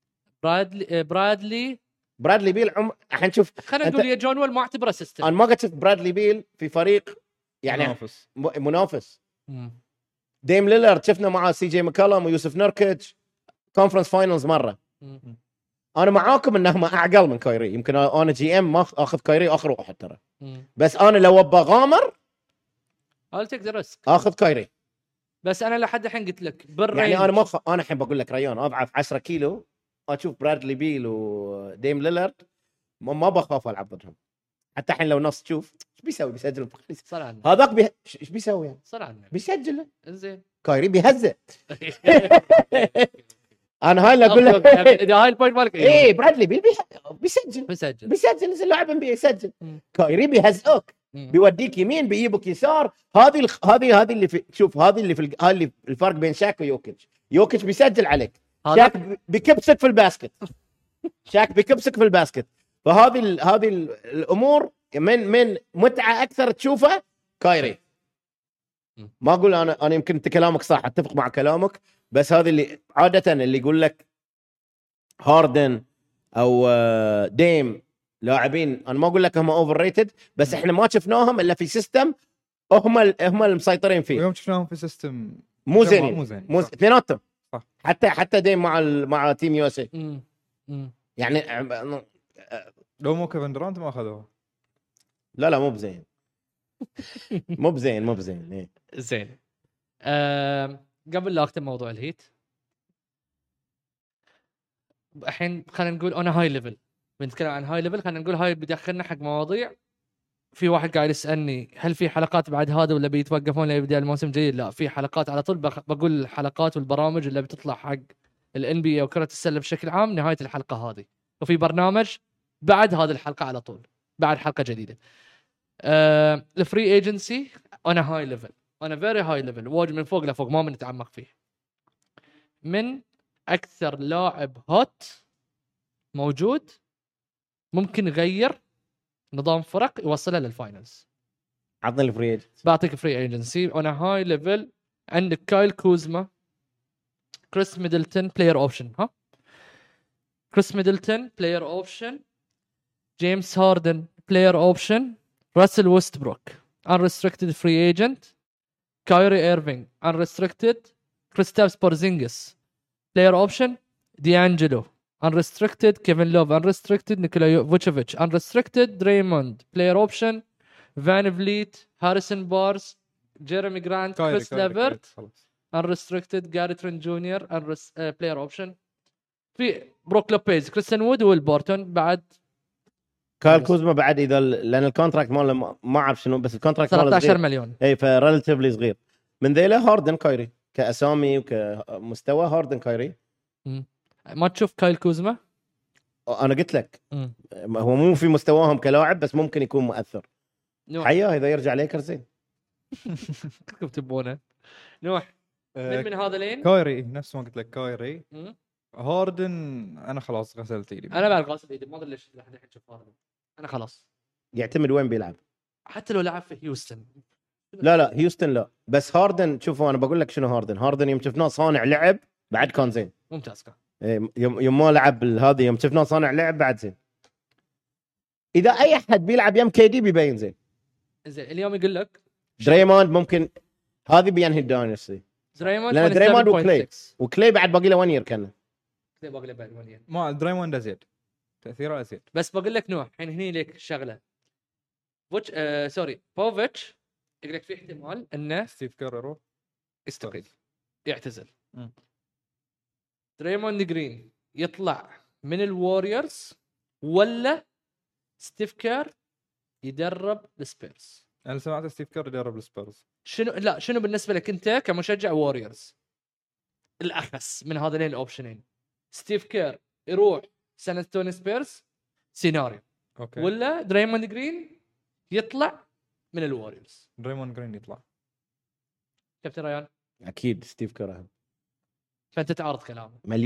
برادلي بيل الحين شوف خلينا نقول يا جون ويل ما اعتبره سيستم. انا ما قد شفت برادلي بيل في فريق يعني منافس. ديم ليلارد شفنا مع سي جي مكالم ويوسف نركيتش كونفرنس فاينلز مره. انا معاكم انهم اعقل من كايري، يمكن انا جي ام ما اخذ كايري اخر واحد ترى، بس انا لو ابغى غامر I'll take the risk. اخذ كايري. بس انا لحد الحين قلت لك يعني انا انا الحين بقول لك ريان اضعف 10 كيلو اشوف برادلي بيل وديم ليلارد ما بخاف العب ضدهم. حتى الحين لو ناس تشوف ايش بيسوي بيسجل صار عنا هذاك ايش بيسوي يعني صار عنا بيسجل انزين كايري بيهزه. انا هاي اللي اقول لك اذا هاي البوينت مالك ايه برادلي بيسجل بيسجل نزل لاعب ام بي يسجل. مم. كايري بيهزئك مم. بيوديك يمين بيجيبك يسار. هذه اللي في شوف هذه اللي في هاي اللي الفرق بين شاك ويوكيتش. يوكيتش بيسجل عليك هذاك شاك بيكبسك في الباسكت. شاك بيكبسك في الباسكت. هذه الامور من متعه اكثر تشوفها كايري. ما اقول انا يمكن انت كلامك صح اتفق مع كلامك بس هذه اللي عاده اللي يقول لك هاردن او ديم لاعبين انا ما اقول لك هم اوفر ريتد بس احنا ما شفناهم الا في سيستم هم المسيطرين فيه. ويوم شفناهم في سيستم مو زين اثنيناتهم صح. حتى ديم مع تيم يو اس اي يعني لو مو كيفن درانت ما اخذوها. لا مو بزين مو بزين إيه. زين قبل لا اختم موضوع الهيت الحين خلينا نقول انا هاي ليفل بنتكلم عن هاي ليفل. خلينا نقول هاي بدخلنا حق مواضيع. في واحد قاعد يسالني هل في حلقات بعد هذا ولا بيتوقفون ليبدا الموسم الجديد؟ لا في حلقات على طول. بقول الحلقات والبرامج اللي بتطلع حق الان بي او كرة السله بشكل عام نهايه الحلقه هذه. وفي برنامج بعد هذه الحلقه على طول بعد حلقه جديده. الفري ايجنسي انا هاي ليفل انا فيري هاي ليفل واجد من فوق لفوق ما بنتعمق فيه. من اكثر لاعب هوت موجود ممكن يغير نظام فرق يوصلها للفاينلز. عطني الفري ايجنسي. بعطيك فري ايجنسي انا هاي ليفل. عندك كايل كوزما كريس ميدلتون بلاير اوبشن كريس ميدلتون بلاير اوبشن جيمس هاردن بلاير اوبشن راسل ويستبروك unrestricted free agent كايري ايرفينج unrestricted كريستابس بورزينجس player option ديانجلو unrestricted كيفن لوف unrestricted نيكولا فوتشيفيتش unrestricted دريموند player option فان فليت هاريسون بارز جيريمي جرانت كريس ليفرت unrestricted جاري ترين جونيور player option. في بروك لوبيز كريستيان وود والبورتون بعد. كايل كوزما بعد اذا لان الكونتراكت ماله ما اعرف شنو بس الكونتراكت ماله 13 مليون اي فريلاتيفلي صغير. من ذيلا هاردن كايري كاسامي وكمستوى هاردن كايري. ما تشوف كايل كوزما؟ انا قلت لك هو مو في مستواهم كلاعب بس ممكن يكون مؤثر. حياه اذا يرجع ليكر زين. كيف تبونه نوح من هذا كايري نفس ما قلت لك كايري. هاردن انا خلاص غسلت ايدي. انا بعد غاسل ايدي ما ادري ليش لحد الحين اشوف هاردن. انا خلاص يعتمد وين بيلعب حتى لو لعب في هيوستن. لا هيوستن لا بس هاردن شوفوا انا بقول لك شنو هاردن يوم شفناه صانع لعب بعد كان زين ممتاز كان. يوم ما لعب هذا يوم شفناه صانع لعب بعد زين. اذا اي احد بيلعب يم كي دي بيبين زين. اليوم يقول لك دريموند ممكن هذه بينهي الداينستي. دريموند وكلي بعد باقي له 1 يير كان كلي باقي له بعد 1 يير. ما دريموند ازيد تاثيره ازيد. بس بقول لك نوح الحين هني لك شغله سوري بوفيتش يقول لك في احتمال انه ستيف كير يروح يستقيل يعتزل. دريموند جرين يطلع من الواريورز ولا ستيف كير يدرب السبيرز؟ انا سمعت ستيف كير يدرب السبيرز. شنو بالنسبه لك انت كمشجع واريورز الاخس من هذين الاوبشنين؟ ستيف كير يروح سان أنطونيو سبيرز سيناريو اوكي ولا دريموند جرين يطلع من الواريورز؟ دريموند جرين يطلع. كابتن ريان اكيد ستيف كير. فانت تعارض كلامه 200%.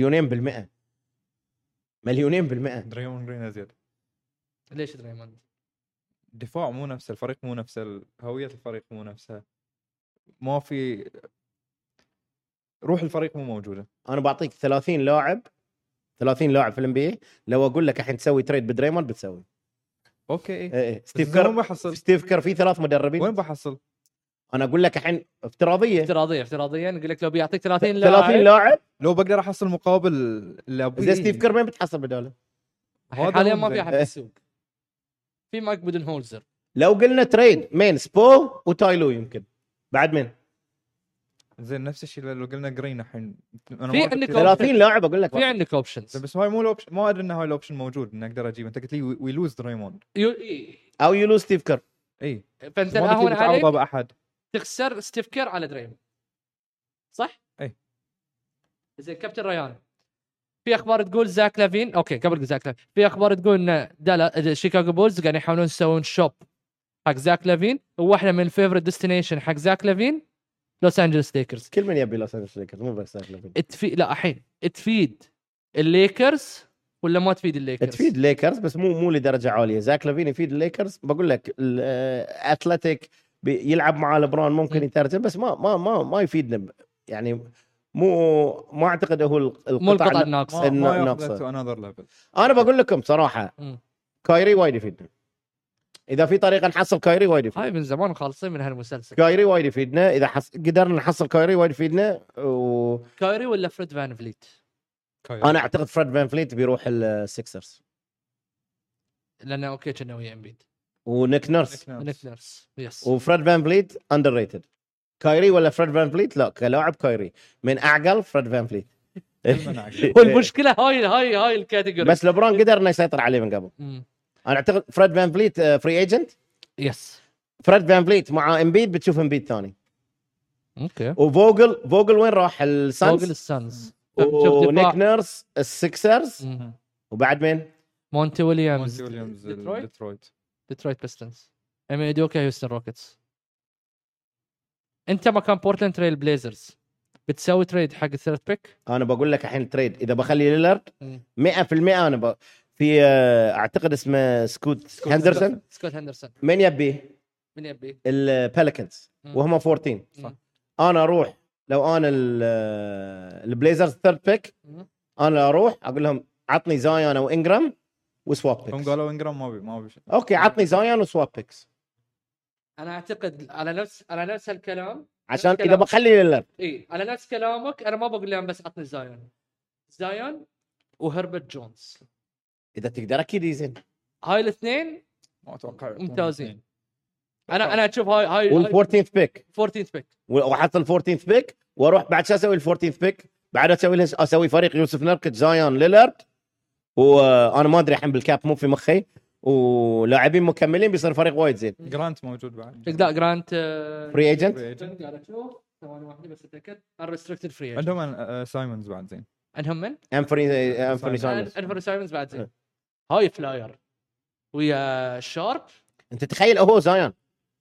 دريموند جرين ازيد. ليش دريموند؟ دفاع مو نفس الفريق مو نفس هوية الفريق مو نفسها. ما في روح الفريق مو موجودة. انا بعطيك 30 لاعب في الام بي لو اقول لك الحين تسوي تريد بدريموند بتسوي. اوكي ايه ستيف كير في 3 مدربين وين بحصل؟ انا اقول لك الحين افتراضيا نقول لك لو بيعطيك 30 لاعب لو بقدر احصل مقابل اللي ابوي زي ستيف كير. مين بتحصل بداله؟ حاليا ما في احد في السوق. في مايك بودنهولزر. لو قلنا تريد مين سبو وتايلو يمكن بعد مين زين نفس الشيء لو قلنا جرين الحين انا في ما عندك قلت- 30 لاعب اقول لك في عندك اوبشنز بس هاي مو الاوبشن، ما ادري ان هاي الاوبشن موجود ان اقدر اجيب. انت قلت لي وي لوز دريموند او يلوز ستيف كير. اي، فانت ما قلت الاهون لي بتعوضه عليك باحد. تخسر ستيف كير على دريم، صح؟ اي. زين كابتن ريان، في اخبار تقول زاك لافين، اوكي قبل زاك لافين في اخبار تقول ان شيكاغو بولز قاعدين يحاولون يسوون شوب حق زاك لافين، وواحده من الفيفورت ديستنيشن حق زاك لافين لوس انجلوس ليكرز. كل من يبي لوس انجلوس ليكرز مو بس زاك لافين. لا الحين تفيد الليكرز ولا ما تفيد الليكرز؟ تفيد الليكرز بس مو لدرجه عاليه. زاك لافين يفيد الليكرز. بقول لك الاتلتيك يلعب مع لبران ممكن يترجم، بس ما يفيدنا يعني. ما اعتقد هو مو القطع القطع الناقصه. ما الناقصة. ياخذ تو انذر ليفل. انا بقول لكم صراحه كايري وايد يفيدنا. اذا في طريقه نحصل كايري وايد يفيدنا. هاي من زمان خالصين من هالمسلسل. كايري وايد يفيدنا اذا قدرنا نحصل كايري وايد يفيدنا. كايري ولا فريد فان فليت؟ انا اعتقد فريد فان فليت بيروح السكسرز لانه اوكي كنا ويا امبيد ونيك نيرس. نيك نيرس يس. وفريد فان فليت اندر ريتد. كايري ولا فريد فان فليت؟ لا كلاعب كايري من اعقل فريد فان فليت. والمشكله هاي الكاتيجوري. بس لبران قدر انه يسيطر عليه من قبل. انا اعتقد فريد فان فليت فري ايجنت. يس. فريد فان فليت مع امبيد بتشوف امبيد ثاني. اوكي. وفوجل وين راح؟ فوق السانز. السانز. ونيك نيرس السكسرز. وبعد مين؟ مونتي ويليامز ديترويت بيستنز. امي دوكا هيوستن روكيتس. انت مكان بورتلاند تريل بليزرز بتسوي تريد حق الثيرد بيك؟ انا بقول لك الحين تريد اذا بخلي ليلارد 100% انا في اعتقد اسمه سكوت هندرسون. من يبي الباليكنز وهم 14 صح. انا اروح لو انا البليزرز ثيرد بيك انا اروح اقول لهم عطني زايان او انجرام وسواب بيكس. هم قالوا انجرام ما بي اوكي عطني زايان وسواب بيكس. انا اعتقد على نفس الكلام عشان اذا بخلي ليلارد على نفس كلامك انا ما بقول لهم بس عطني زايان وهربرت جونز. اذا تقدر اكيد يزين هاي الاثنين ما اتوقع ممتازين. انا اشوف هاي وال14 بيك 14 بيك واحط ال14 بيك واروح بعد شو اسوي ال14 بيك بعد اسوي فريق يوسف نركت زايان ليلارد. وانا ما ادري الحين بالكاب مو في مخي ولاعبين مكملين بيصير فريق وايد زين. جرانت موجود بعد. لا جرانت فري ايجنت. قاعد اشوف ثواني واحده بس اتاكد. الريستريكتد فري عندهم سايمونز بعد زين. عندهم من؟ انفري سايمونز. انفري سايمونز بعد زين. هاي فلاير ويا شارب. انت تخيل هو زايان.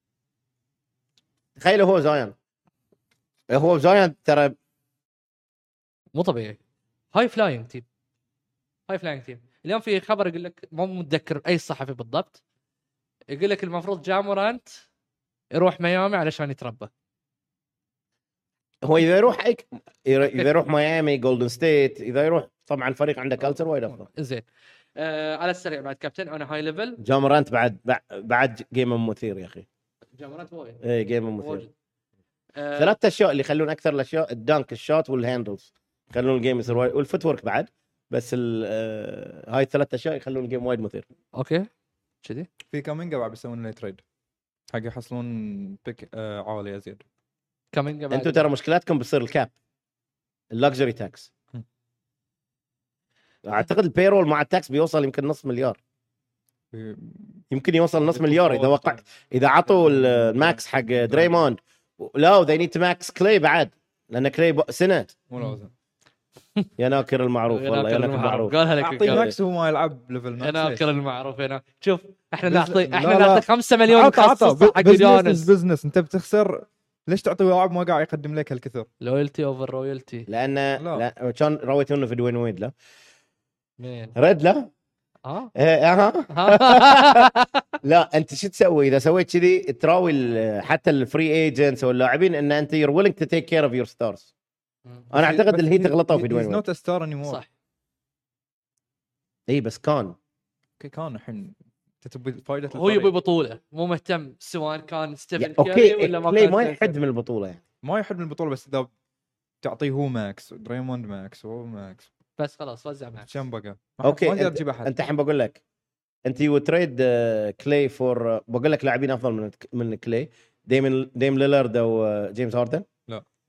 تخيل هو زايان ترى مو طبيعي. هاي فلاينج تيم. اليوم في خبر يقول لك مو متذكر اي صحفي بالضبط يقول لك المفروض جامورانت يروح ميامي علشان يتربى. هو اذا يروح ميامي جولدن ستيت اذا يروح طبعا الفريق عنده كالتر وايد افضل. زين على السريع بعد كابتن انا هاي ليفل جامورانت بعد جيم مثير يا اخي. جامورانت وايد اي جيم مثير. ثلاث اشياء اللي يخلون اكثر الاشياء الدانك الشوت والهاندلز يخلون الجيم يصير وايد والفوت ورك بعد. بس هاي الثلاث اشياء يخلون الجيم وايد مثير. اوكي كذي في كامينجا بعد بيسوون له تريد حق يحصلون بيك عالي ازيد. كامينجا بعد انتم ترى مشكلتكم بتصير الكاب اللكجري تاكس. اعتقد البيرول مع التاكس بيوصل يمكن نص مليار. يمكن يوصل نص مليار اذا وقع اذا عطوا الماكس حق دريموند. لا they need to max كلي بعد لان كلي سنه مو لازم. يا ناكر المعروف والله يا ناكر المعروف. قالها لك اعطي ماكس وهو ما يلعب ليفل ماكس. انا ناكر المعروف هنا. شوف احنا لا. نعطي 5 مليون مخصص حق يونس. بزنس انت بتخسر. ليش تعطي لاعب ما قاعد يقدم لك هالكثر؟ لويالتي اوفر رويالتي. لان لا كان رويتونه في دوين ويد. لا مين ريد لا لا انت شو تسوي اذا سويت كذي تراوي حتى الفري ايجنتس واللاعبين ان انت يور ويلينج تو تيك كير اوف يور ستارز. انا اعتقد اللي هي تغلطوا في دوين ويد. نوت ستار اني مور. صح اي بس كان الحين تبي فائده هو يبي بطوله مو مهتم سواء كان ستيفن اوكي كيري ولا ما كان ما يحد من البطوله يعني. ما يحد من البطوله بس اذا تعطيه هو ماكس دريموند ماكس وهو ماكس بس خلاص وزع معك كم بقى. اوكي ما تقدر تجيب احد. انت الحين بقول لك انت يو تريد كلي فور بقول لك لاعبين افضل من كلي. ديم ليلارد او جيمس هاردن. لا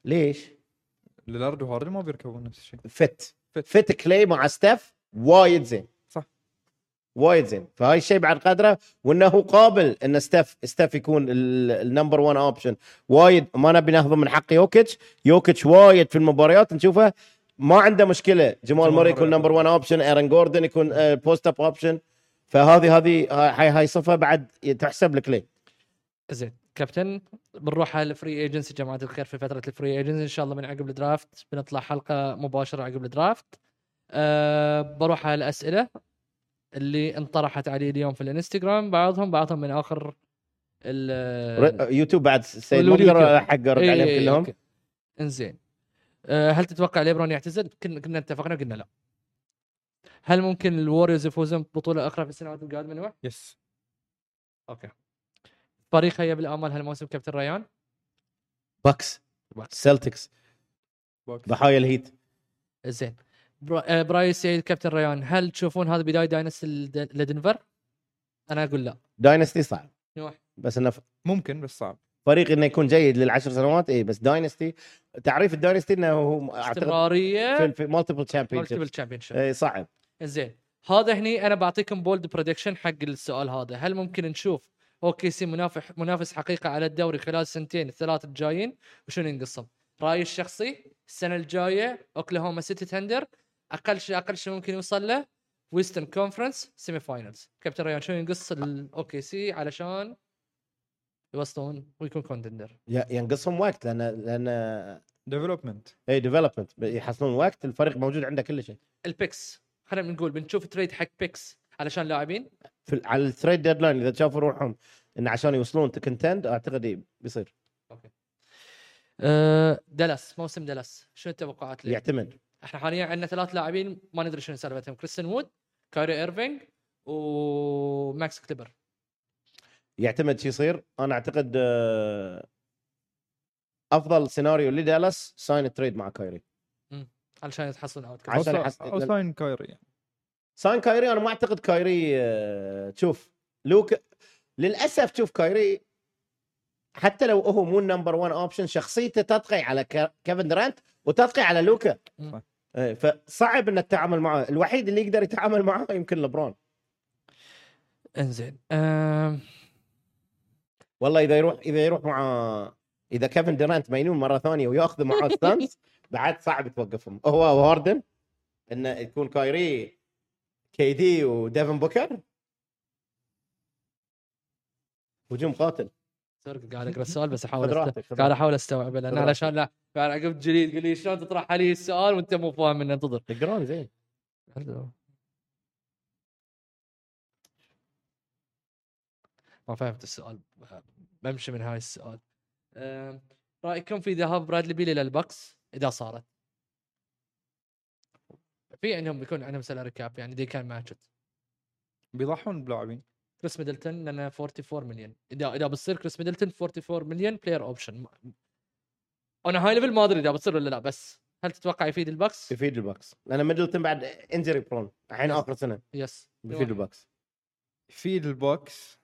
ليش؟ ليلارد وهاردن ما بيركبون نفس الشيء. فت كلاي مع ستيف وايد زين، صح، وايد زين. فهاي الشيء بعد قدره، وانه قابل ان ستيف يكون النمبر 1 اوبشن. وايد ما نبي ناخذه من حق يوكيتش وايد في المباريات نشوفه ما عنده مشكله. جمال موري يكون نمبر 1 اوبشن، ايرن جوردن يكون بوست اب اوبشن. فهذه هاي صفه بعد تحسب لك ليه. زين كابتن، بنروح على الفري ايجنسي جماعه الخير. في فتره الفري ايجنسي ان شاء الله من عقب الدرافت بنطلع حلقه مباشره عقب الدرافت. بروح على الاسئله اللي انطرحت علي اليوم في الانستغرام، بعضهم من اخر يوتيوب بعد السيد ما اقدر حق ارد عليهم كلهم. انزين، هل تتوقع ليبرون يعتزل؟ كنا اتفقنا قلنا لا. هل ممكن الواريوز يفوزون ببطوله اخرى في السنوات القادمه نوع؟ يس. اوكي. فريق هيا بالامال هالموسم كابتن ريان؟ باكس سلتكس ضحايا الهيت. زين، برايس سعيد كابتن ريان، هل تشوفون هذا بدايه داينستي لدنفر؟ انا اقول لا. داينستي صعب نوح. بس انه ممكن بس صعب. فريق انه يكون جيد للعشر سنوات اي، بس داينستي تعريف الداينستي انه هو استمراريه في مالتيبل تشامبيونشيب. اي صعب. زين، هذا هني انا بعطيكم بولد بريدكشن حق السؤال هذا. هل ممكن نشوف اوكي سي منافس حقيقه على الدوري خلال سنتين الثلاث الجايين؟ وشنو ينقسم؟ رايي الشخصي السنه الجايه اوكلاهوما سيتي تندر اقل شيء ممكن يوصل له ويسترن كونفرنس سيمي فاينلز. كابتن ريان شنو ينقص الاوكي سي علشان يوصلون ويكون كوندندر؟ ينقصهم وقت لان ديفلوبمنت. اي ديفلوبمنت يحصلون وقت. الفريق موجود عنده كل شيء. البيكس خلينا نقول بنشوف تريد حق بيكس علشان لاعبين على التريد ديدلاين اذا شافوا روحهم ان عشان يوصلون تكنتند اعتقد بيصير. اوكي. دالاس، موسم دالاس شنو التوقعات ليه؟ يعتمد. احنا حاليا عندنا ثلاث لاعبين ما ندري شنو سالفتهم، كريستن وود، كايري ايرفينج، وماكس كليبر. يعتمد شو يصير. انا اعتقد افضل سيناريو لدالاس ساين تريد مع كايري علشان يتحصلون اوت او ساين كايري يعني. ساين كايري انا ما اعتقد كايري تشوف لوك للاسف. تشوف كايري حتى لو هو مو نمبر 1 اوبشن شخصيته تطغي على كيفن درانت وتطغي على لوكا. فصعب ان التعامل معه. الوحيد اللي يقدر يتعامل معه يمكن لبرون. انزين والله اذا يروح مع اذا كيفن دورانت مينون مره ثانيه وياخذ معه ستانس بعد صعب توقفهم هو وهاردن. انه يكون كايري كي دي وديفن بوكر هجوم قاتل. قاعد اقرا السؤال بس احاول استوعبه لان علشان لا عقب جليد يقول لي شلون تطرح علي السؤال وانت مو فاهم انه انتظر تقرون زين. ما فهمت السؤال، بمشي من هاي السؤال. رايكم في ذهاب برادلي بيل الى البكس اذا صارت؟ في عندهم بيكون عندهم سالري كاب يعني دي كان ماتشت بيضحون بلاعبين. كريس ميدلتون لنا 44 مليون اذا بتصير كريس ميدلتون 44 مليون بلاير اوبشن. انا هاي ليفل ما ادري اذا بتصير ولا لا، بس هل تتوقع يفيد البكس؟ يفيد البكس لان ميدلتون بعد انجري برون الحين اخر سنه. يس يفيد البكس. يفيد البوكس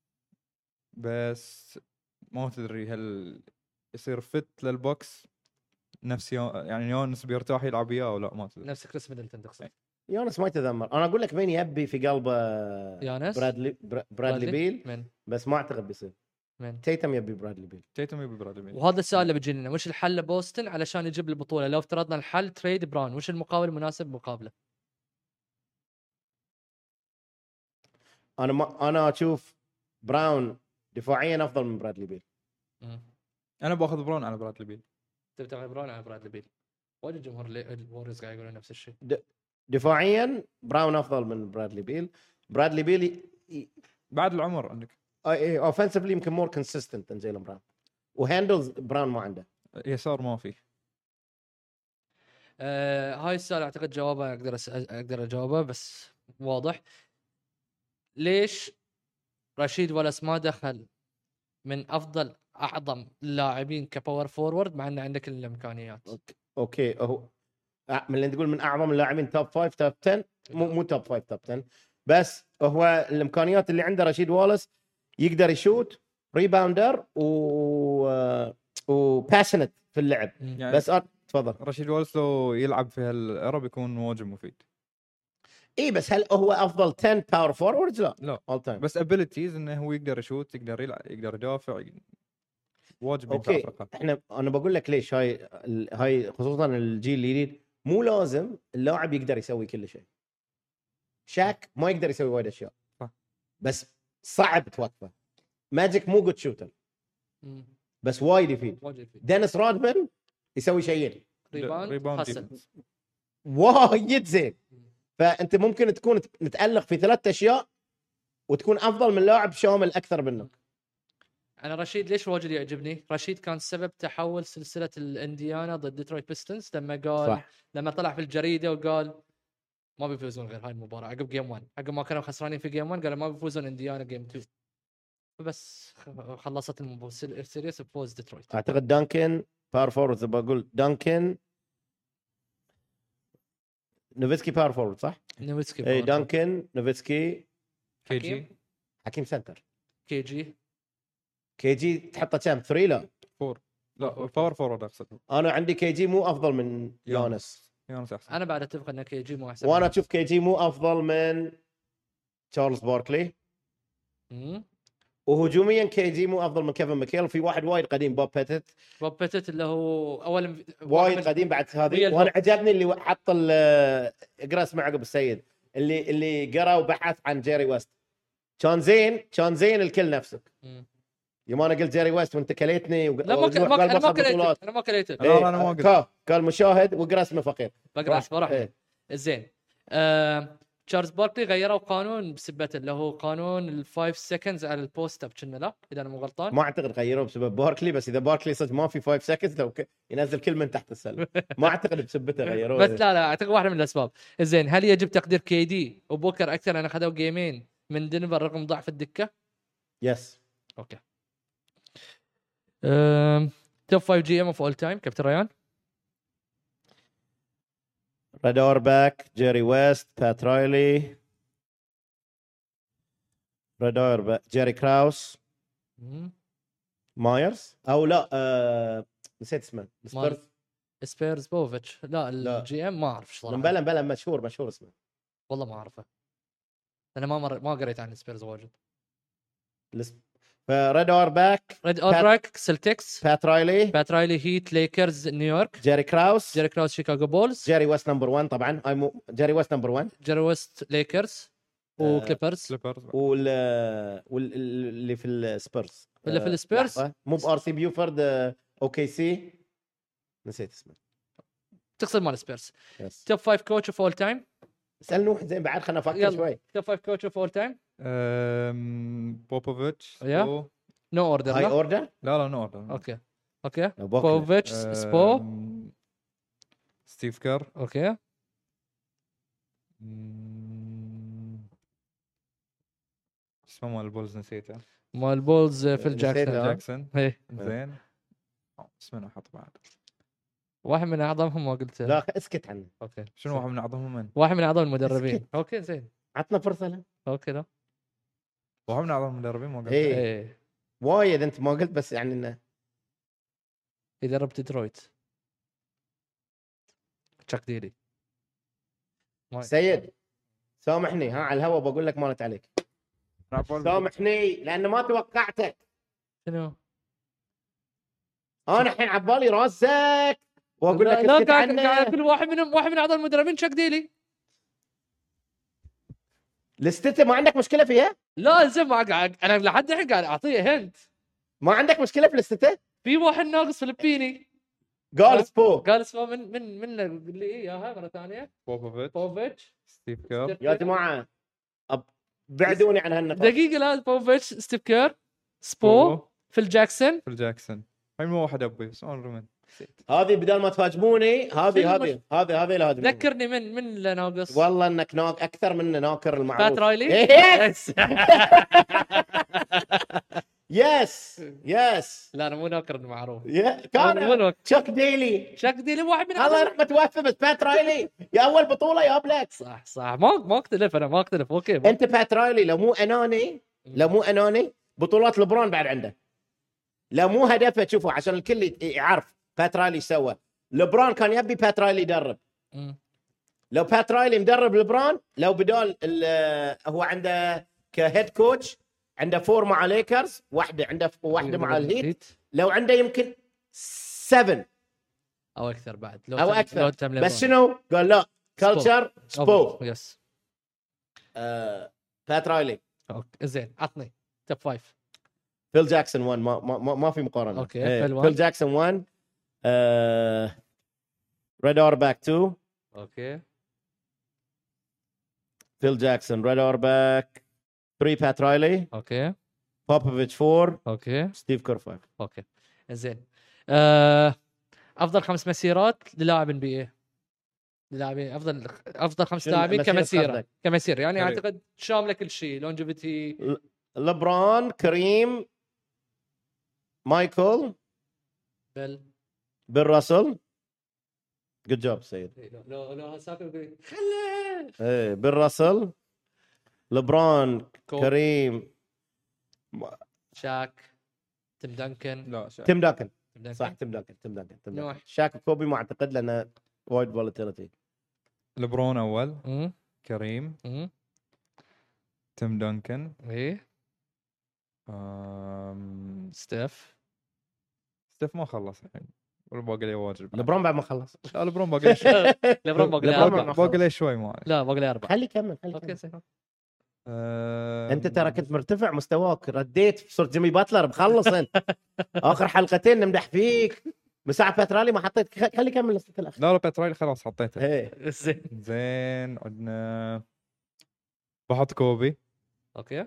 بس ما تدري هل يصير فت للبوكس نفس يعني يونس بيرتاح يلعب وياه ولا ما تدري. نفس كريس ميدلتون تقصد؟ يونس ما يتذمر. انا اقول لك مين يبي في قلبه يونس برادلي بيل من؟ بس ما اعتقد بيصير. من؟ تيتم يبي برادلي بيل. وهذا السؤال اللي بيجي لنا، وش الحل لبوسطن علشان يجيب البطوله؟ لو افترضنا الحل تريد براون، وش المقابل المناسب مقابله؟ انا اشوف براون دفاعيا افضل من برادلي بيل. انا باخذ براون على برادلي بيل. تبي براون على برادلي بيل؟ وايد جمهور الواريوز قاعد يقولون نفس الشيء. دفاعيا براون افضل من برادلي بيل. برادلي بيل بعد العمر عندك اي اوفنسively يمكن مور كونسيستنت من جيلن براون، وهاندلز براون ما عنده يسار ما فيه. هاي السؤال اعتقد جوابه اقدر اجاوبه بس واضح. ليش رشيد ولاس ما دخل من افضل اعظم اللاعبين كباور فورورد مع انه عندك الامكانيات؟ اوكي هو من اللي تقول من اعظم اللاعبين توب 5 توب 10 مو توب 5 توب 10 بس هو الامكانيات اللي عنده رشيد والاس يقدر يشوت ريباوندر وباشنت في اللعب. يعني بس تفضل. رشيد والس لو يلعب في هالإيرا بيكون واجد مفيد. اي بس هل هو افضل 10 باور فوروردز؟ لا اول تايم. بس ابيليتيز انه هو يقدر يشوت، يقدر يلعب، يقدر يدافع، واجد بينفع اوكي فرقه. انا بقول لك ليش هاي خصوصا الجيل الجديد مو لازم اللاعب يقدر يسوي كل شيء. شاك ما يقدر يسوي وايد اشياء صح. بس صعب توقفه. ماجيك مو جود شوتر بس وايد يفيد. دينيس رودمان يسوي شيئين، ريباوند حسن وايد زين. فانت ممكن تكون متألق في 3 اشياء وتكون افضل من لاعب شامل اكثر منك. انا رشيد ليش واجد يعجبني؟ رشيد كان سبب تحول سلسله الانديانا ضد ديترويت بيستنز لما قال صح. لما طلع في الجريده وقال ما بيفوزون غير هاي المباراه عقب جيم 1، عقب ما كانوا خسرانين في جيم 1 قالوا ما بيفوزون انديانا جيم 2، فبس خلصت السيريس بفوز ديترويت. اعتقد دانكن باور فورورد، بقول دانكن نوفيتسكي باور فورورد صح؟ نوفيتسكي اي دانكن نوفيتسكي حكيم سنتر كي جي تحطه كم 3 لا 4 لا باور فورورد اقصد. انا عندي كي جي مو افضل من يانس احسن. انا بعد اتفق ان كي جي مو احسن، وانا اشوف كي جي مو افضل من تشارلز باركلي، وهجوميا كي جي مو افضل من كيفن ماكيل. وفي واحد وايد قديم بوب بيتت اللي هو اول وايد قديم بعد هذه. وانا عجبني اللي حط اقرا اسمه عقب السيد اللي قرا وبحث عن جيري ويست. كان زين الكل نفسك. يوم انا قلت جيري ويست وانت كليتني لا انا ما كليته انا ما قلت قال مشاهد واقرا اسمه فقير بقرا اسمه زين. تشارلز باركلي غيروا قانون بسبته اللي هو قانون ال5 سكندز على البوست اب كنا، لا اذا انا مو غلطان ما اعتقد غيروه بسبب باركلي، بس اذا باركلي صدق ما في 5 سكندز لو ينزل كل من تحت السلم. ما اعتقد بسبته غيروه بس لا اعتقد واحده من الاسباب. زين هل يجب تقدير كي دي وبوكر اكثر لان اخذوا جيمين من دنفر رغم ضعف الدكه؟ يس. اوكي. توب 5 جي ام اوف اول تايم كابتن ريان. ريد اورباك، جيري ويست، بات رايلي، ريد اورباك، جيري كراوس، مايرز او لا نسيت اسمه سبيرز بوفيتش. لا الجي ام ما اعرف صراحه. بلا مشهور اسمه والله ما اعرفه. انا ما قريت عن سبيرز واجد. فريد اورباك سلتكس، بات رايلي هيت ليكرز نيويورك، جيري كراوس شيكاغو بولز، جيري ويست نمبر 1 طبعا. جيري ويست نمبر 1، جيري ويست ليكرز وكليبرز واللي في السبيرز اللي في السبيرز مو بار سي بيوفورد اوكي سي نسيت اسمه. تقصد مال السبيرز. توب 5 كوتش اوف اول تايم. اسال نوح زين بعد خلنا نفكر شوي. توب 5 كوتش اوف اول تايم. بوبوفيتش. نو اوردر. لا نو اوردر. اوكي بوبوفيتش سبو ستيف كير. اوكي اسمه مال البولز نسيته. مال البولز فيل جاكسون. زين اسمه حط بعد واحد من اعظمهم ما قلته. لا اسكت عنه. اوكي شنو واحد من اعظمهم؟ من واحد من اعظم المدربين. اوكي زين عطنا فرصه له. اوكي لا واحد من اعظم المدربين ما قلت. ايه وايد انت ما قلت بس يعني انه يدرب ديترويت. تشاك ديلي. سيد سامحني على الهوا بقول لك مالت عليك. سامحني لان ما توقعتك. شنو انا الحين عبالي راسك واقول لك لا قاعد كل واحد من اعظم المدربين تشاك ديلي. لستته ما عندك مشكله فيها؟ لا زين ما قاعد انا لحد الحين قاعد اعطيه هنت. ما عندك مشكله في لستته؟ في واحد ناقص فلبيني قال سبو من اللي اياها مره ثانيه. بوفيتش ستيف كير. يا جماعه بعدوني عن هالنقاط دقيقه. لا بوفيتش ستيف كير سبو فيل جاكسون. هاي مو واحد ابوي بس اون هذه بدل ما تهاجموني هذه لا ذكرني من اللي ناقص. والله انك ناق اكثر من ناكر المعروف. بات رايلي. يس لا انا مو ناكر المعروف. كان تشاك ديلي واحد من الله يرحمه توفى. بس بات رايلي يا اول بطوله يا بلاك. صح ما اختلف. انا ما اختلف. اوكي انت بات رايلي لو مو اناني بطولات لبرون بعد عنده. لا مو هدفه، شوفوا عشان الكل يعرف بات رايلي سوى. لبران كان يبي بات رايلي يدرب. لو بات رايلي مدرب لبران، لو بدال هو عنده كهيد كوتش عنده 4 مع ليكرز، واحده عنده واحده مع الهيت، لو عنده يمكن 7 او اكثر بعد او اكثر. بس شنو قال؟ لا كلتشر سبو. يس بات رايلي. اوكي زين عطني توب 5. فيل جاكسون 1 ما في مقارنه. اوكي فيل جاكسون 1. ريد اورباك 2. اوكي فيل جاكسون، ريد اورباك 3. بات رايلي. اوكي بوبوفيتش 4. اوكي ستيف كير 5. اوكي زين. افضل 5 مسيرات للاعب ان بي اي. لاعبين افضل 5 لاعبين كمسيره يعني اعتقد شامله كل شيء، لونجيفيتي. لبران، كريم، مايكل، بيل راسل. جود جوب سيد. لا ساكن خله. ايه بيل راسل، لبران، كريم، شاك، تيم دانكن. لا شاك. تيم دانكن صح. تيم دانكن. شاك وكوبي ما اعتقد لانه وايد فولاتيليتي. لبرون اول. كريم. تيم دانكن. ايه ستيف ما خلص الحين، باقي لي واجب. لبرون بعد ما خلص. لا لبرون باقي لي شوي. لبرون باقي لي شوي ما عليك. لا باقي لي 4. خلي كمل. اوكي زين. انت ترى كنت مرتفع مستواك، رديت صرت جيمي باتلر مخلص انت. اخر حلقتين نمدح فيك، مساعة باترالي ما حطيت. خلي كمل الست الاخير. لا باترالي خلاص حطيته. زين. عندنا بحط كوبي. اوكي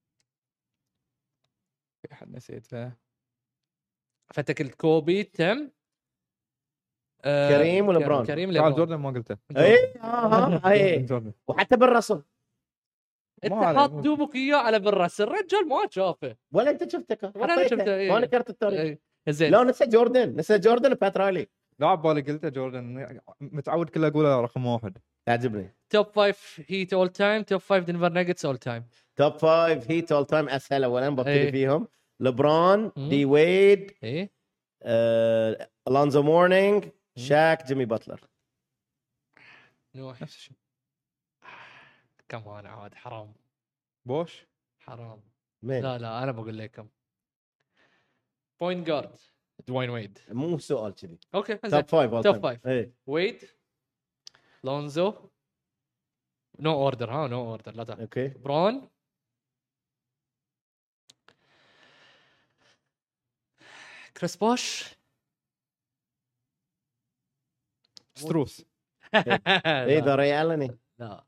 في حد نسيته. فانت قلت كوبي، تم، كريم ولبران. كريم تعال جوردن ما قلته. اي وحتى بالرسل. انت حاط دوبك اياه على بالراس، الرجال ما شافه ولا انت شفته ولا انا شفته. ما نكرت التاريخ. زين. لا نسى جوردن باترالي. لاعب بالي قلته جوردن، متعود كله اقوله رقم 1. تعجبني. توب 5 هيت اول تايم، توب 5 دنفر ناجتس اول تايم. توب 5 هيت اول تايم اسهل. اولا ببتدي فيهم لبران، دي ويد، الونزو مورنينج، شاك، جيمي باتلر. نفس الشيء. كمان عاد حرام. بوش حرام. مين؟ لا انا بقول لكم بوينت جارد دوين ويد. مو سؤال كذي. اوكي توب 5. توب 5 ويد، لونزو، نو اوردر نو اوردر لا تعال. اوكي برون، كريس بوش، ستروس. اذا ريالني. لا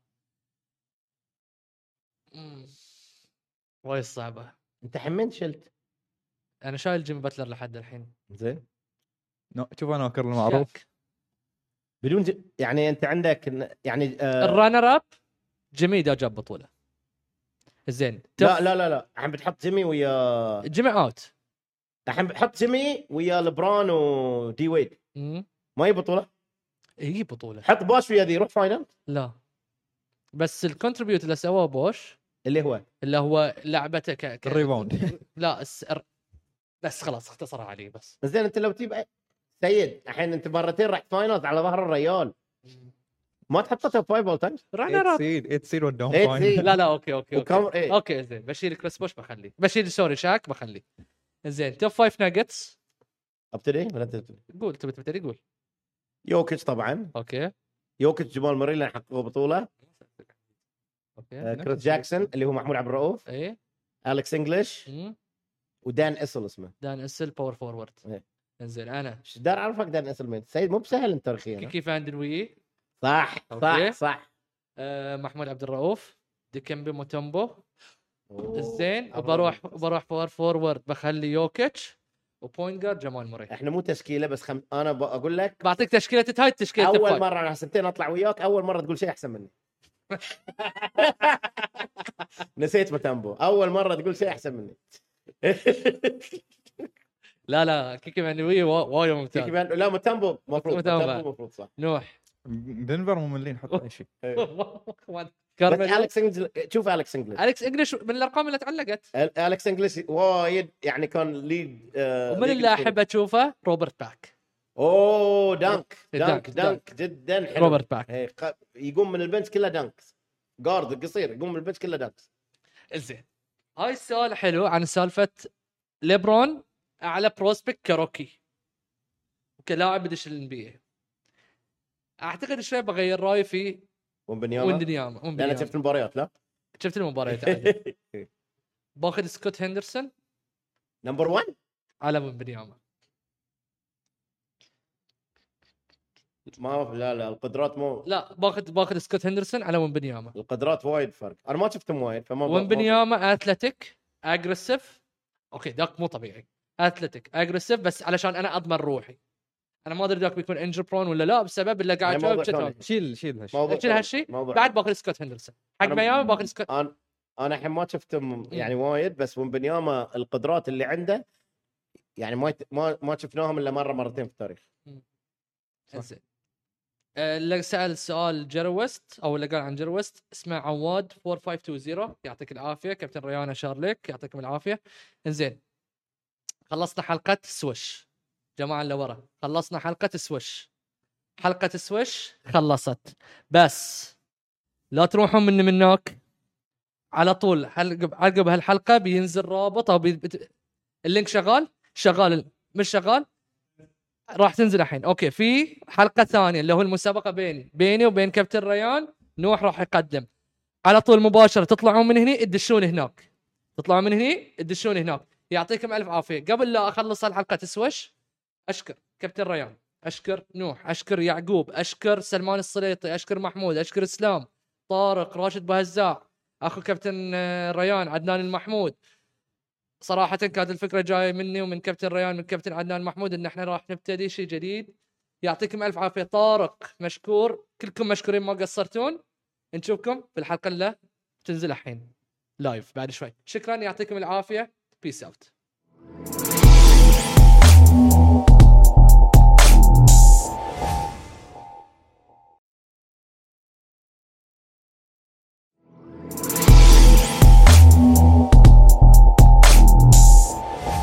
وايد صعبه. انت حمين شلت. انا شايل جيمي باتلر لحد الحين. زين شوف انا اكر المعروف بدون يعني انت عندك يعني الرانر اب جيمي دا جاب بطوله. زين لا الحين بتحط جيمي ويا جيمي اوت. الحين بتحط جيمي ويا لبران ودي ويد. ما هي بطوله. هي بطوله. حط بوش ويا ذي يروح فاينل. لا بس الكونتريبيوت اللي سواه بوش اللي هو لعبته الريباوند. لا بس خلاص اختصرها عليه بس. زين انت لو تجيب سيد الحين انت مرتين رحت فاينلز على ظهر الريال، ما تحطه توب 5 اول تايم. اتسيد ودوم فاينل. لا اوكي زين. بشيل كريس بوش بخلي، بشيل سوري شاك بخلي. زين توب 5 ناجتس. ابتدي ولا انت قول تبي قول. يوكيتش طبعا. اوكي يوكيتش، جمال موري اللي حققوا بطوله. اوكي كريس جاكسون اللي هو محمود عبد الرؤوف. ايه اليكس انجلش ودان اسل. اسمه دان اسل باور فورورد. انزين انا ايش دار اعرفك دان اسل مين سيد؟ مو بسهل انت تاريخيا. كيف عندي صح. محمود عبد الرؤوف، ديكمبي موتومبو. زين وبروح باور فورورد بخلي يوكيتش، وبوينت جارد جمال موري. احنا مو تشكيله بس انا اقول لك بعطيك تشكيله هاي التشكيله. اول مره انا سنتين اطلع وياك، اول مره تقول شيء احسن مني. نسيت موتومبو، اول مره تقول شيء احسن مني. لا كيكي معنوي وايد ممتاز. لا موتومبو مفروض صح. نوح دنفر مملين حط اي شيء. بس اليكس انجلش، شوف اليكس انجلش من الارقام اللي تعلقت. اليكس انجلش وايد يعني كان ليد. ومن اللي احب اشوفه روبرت باك. اوه دانك دانك. جدا حلو. روبرت باك يقوم من البنش كله دانكس، جارد قصير يقوم من البنش كله دانكس. زين هاي السؤال حلو عن سالفه ليبرون اعلى بروسبكت كروكي وكلاعب بدش الان بي. اعتقد شوي بغير رايي في ومبنياما. انا شفت المباريات. لا شفت المباريات عادي. باخذ سكوت هندرسون نمبر 1 على ومبنياما. ما لا القدرات مو. لا باخذ سكوت هندرسون على ومبنياما. القدرات وايد فرق، انا ما شفتهم وايد فما. ومبنياما اثليتيك اجريسيف. اوكي ذاك مو طبيعي. اثليتيك اجريسيف بس علشان انا اضمن روحي. انا ما ادري ذاك بيكون انجر برون ولا لا بسبب اللي قاعد اشوف. شيل هالشيء بعد باخذ سكوت هندرسون حق ميامي. باخذ سكوت. انا الحين ما شفتهم يعني وايد، بس ومبنياما القدرات اللي عنده يعني ما شفناهم الا مرتين في التاريخ. زين اللي سأل سؤال جيري ويست او اللي قال عن جيري ويست اسمه عواد 4520 يعطيك العافيه. كابتن ريان اشار لك يعطيكم العافيه. زين خلصنا حلقه سويش جماعه اللي ورا. خلصنا حلقه سويش. حلقه سويش خلصت، بس لا تروحون من هناك على طول. عقب هالحلقه بينزل رابط او اللينك شغال مش شغال راح تنزل الحين. اوكي في حلقه ثانيه اللي هو المسابقه بيني وبين كابتن ريان. نوح راح يقدم على طول مباشره. تطلعون من هنا تدشون هناك. تطلعون من هنا تدشون هناك. يعطيكم الف عافيه. قبل لا اخلص الحلقه تسوش اشكر كابتن ريان، اشكر نوح، اشكر يعقوب، اشكر سلمان السليطي، اشكر محمود، اشكر اسلام، طارق، راشد بهزاع، اخو كابتن ريان عدنان المحمود. صراحة كانت الفكرة جاية مني ومن كابتن ريان من كابتن عدنان محمود ان احنا راح نبتدي شيء جديد. يعطيكم الف عافية. طارق مشكور، كلكم مشكورين ما قصرتون. نشوفكم في الحلقة اللي تنزل الحين لايف بعد شوي. شكرا يعطيكم العافية. بيس اوت.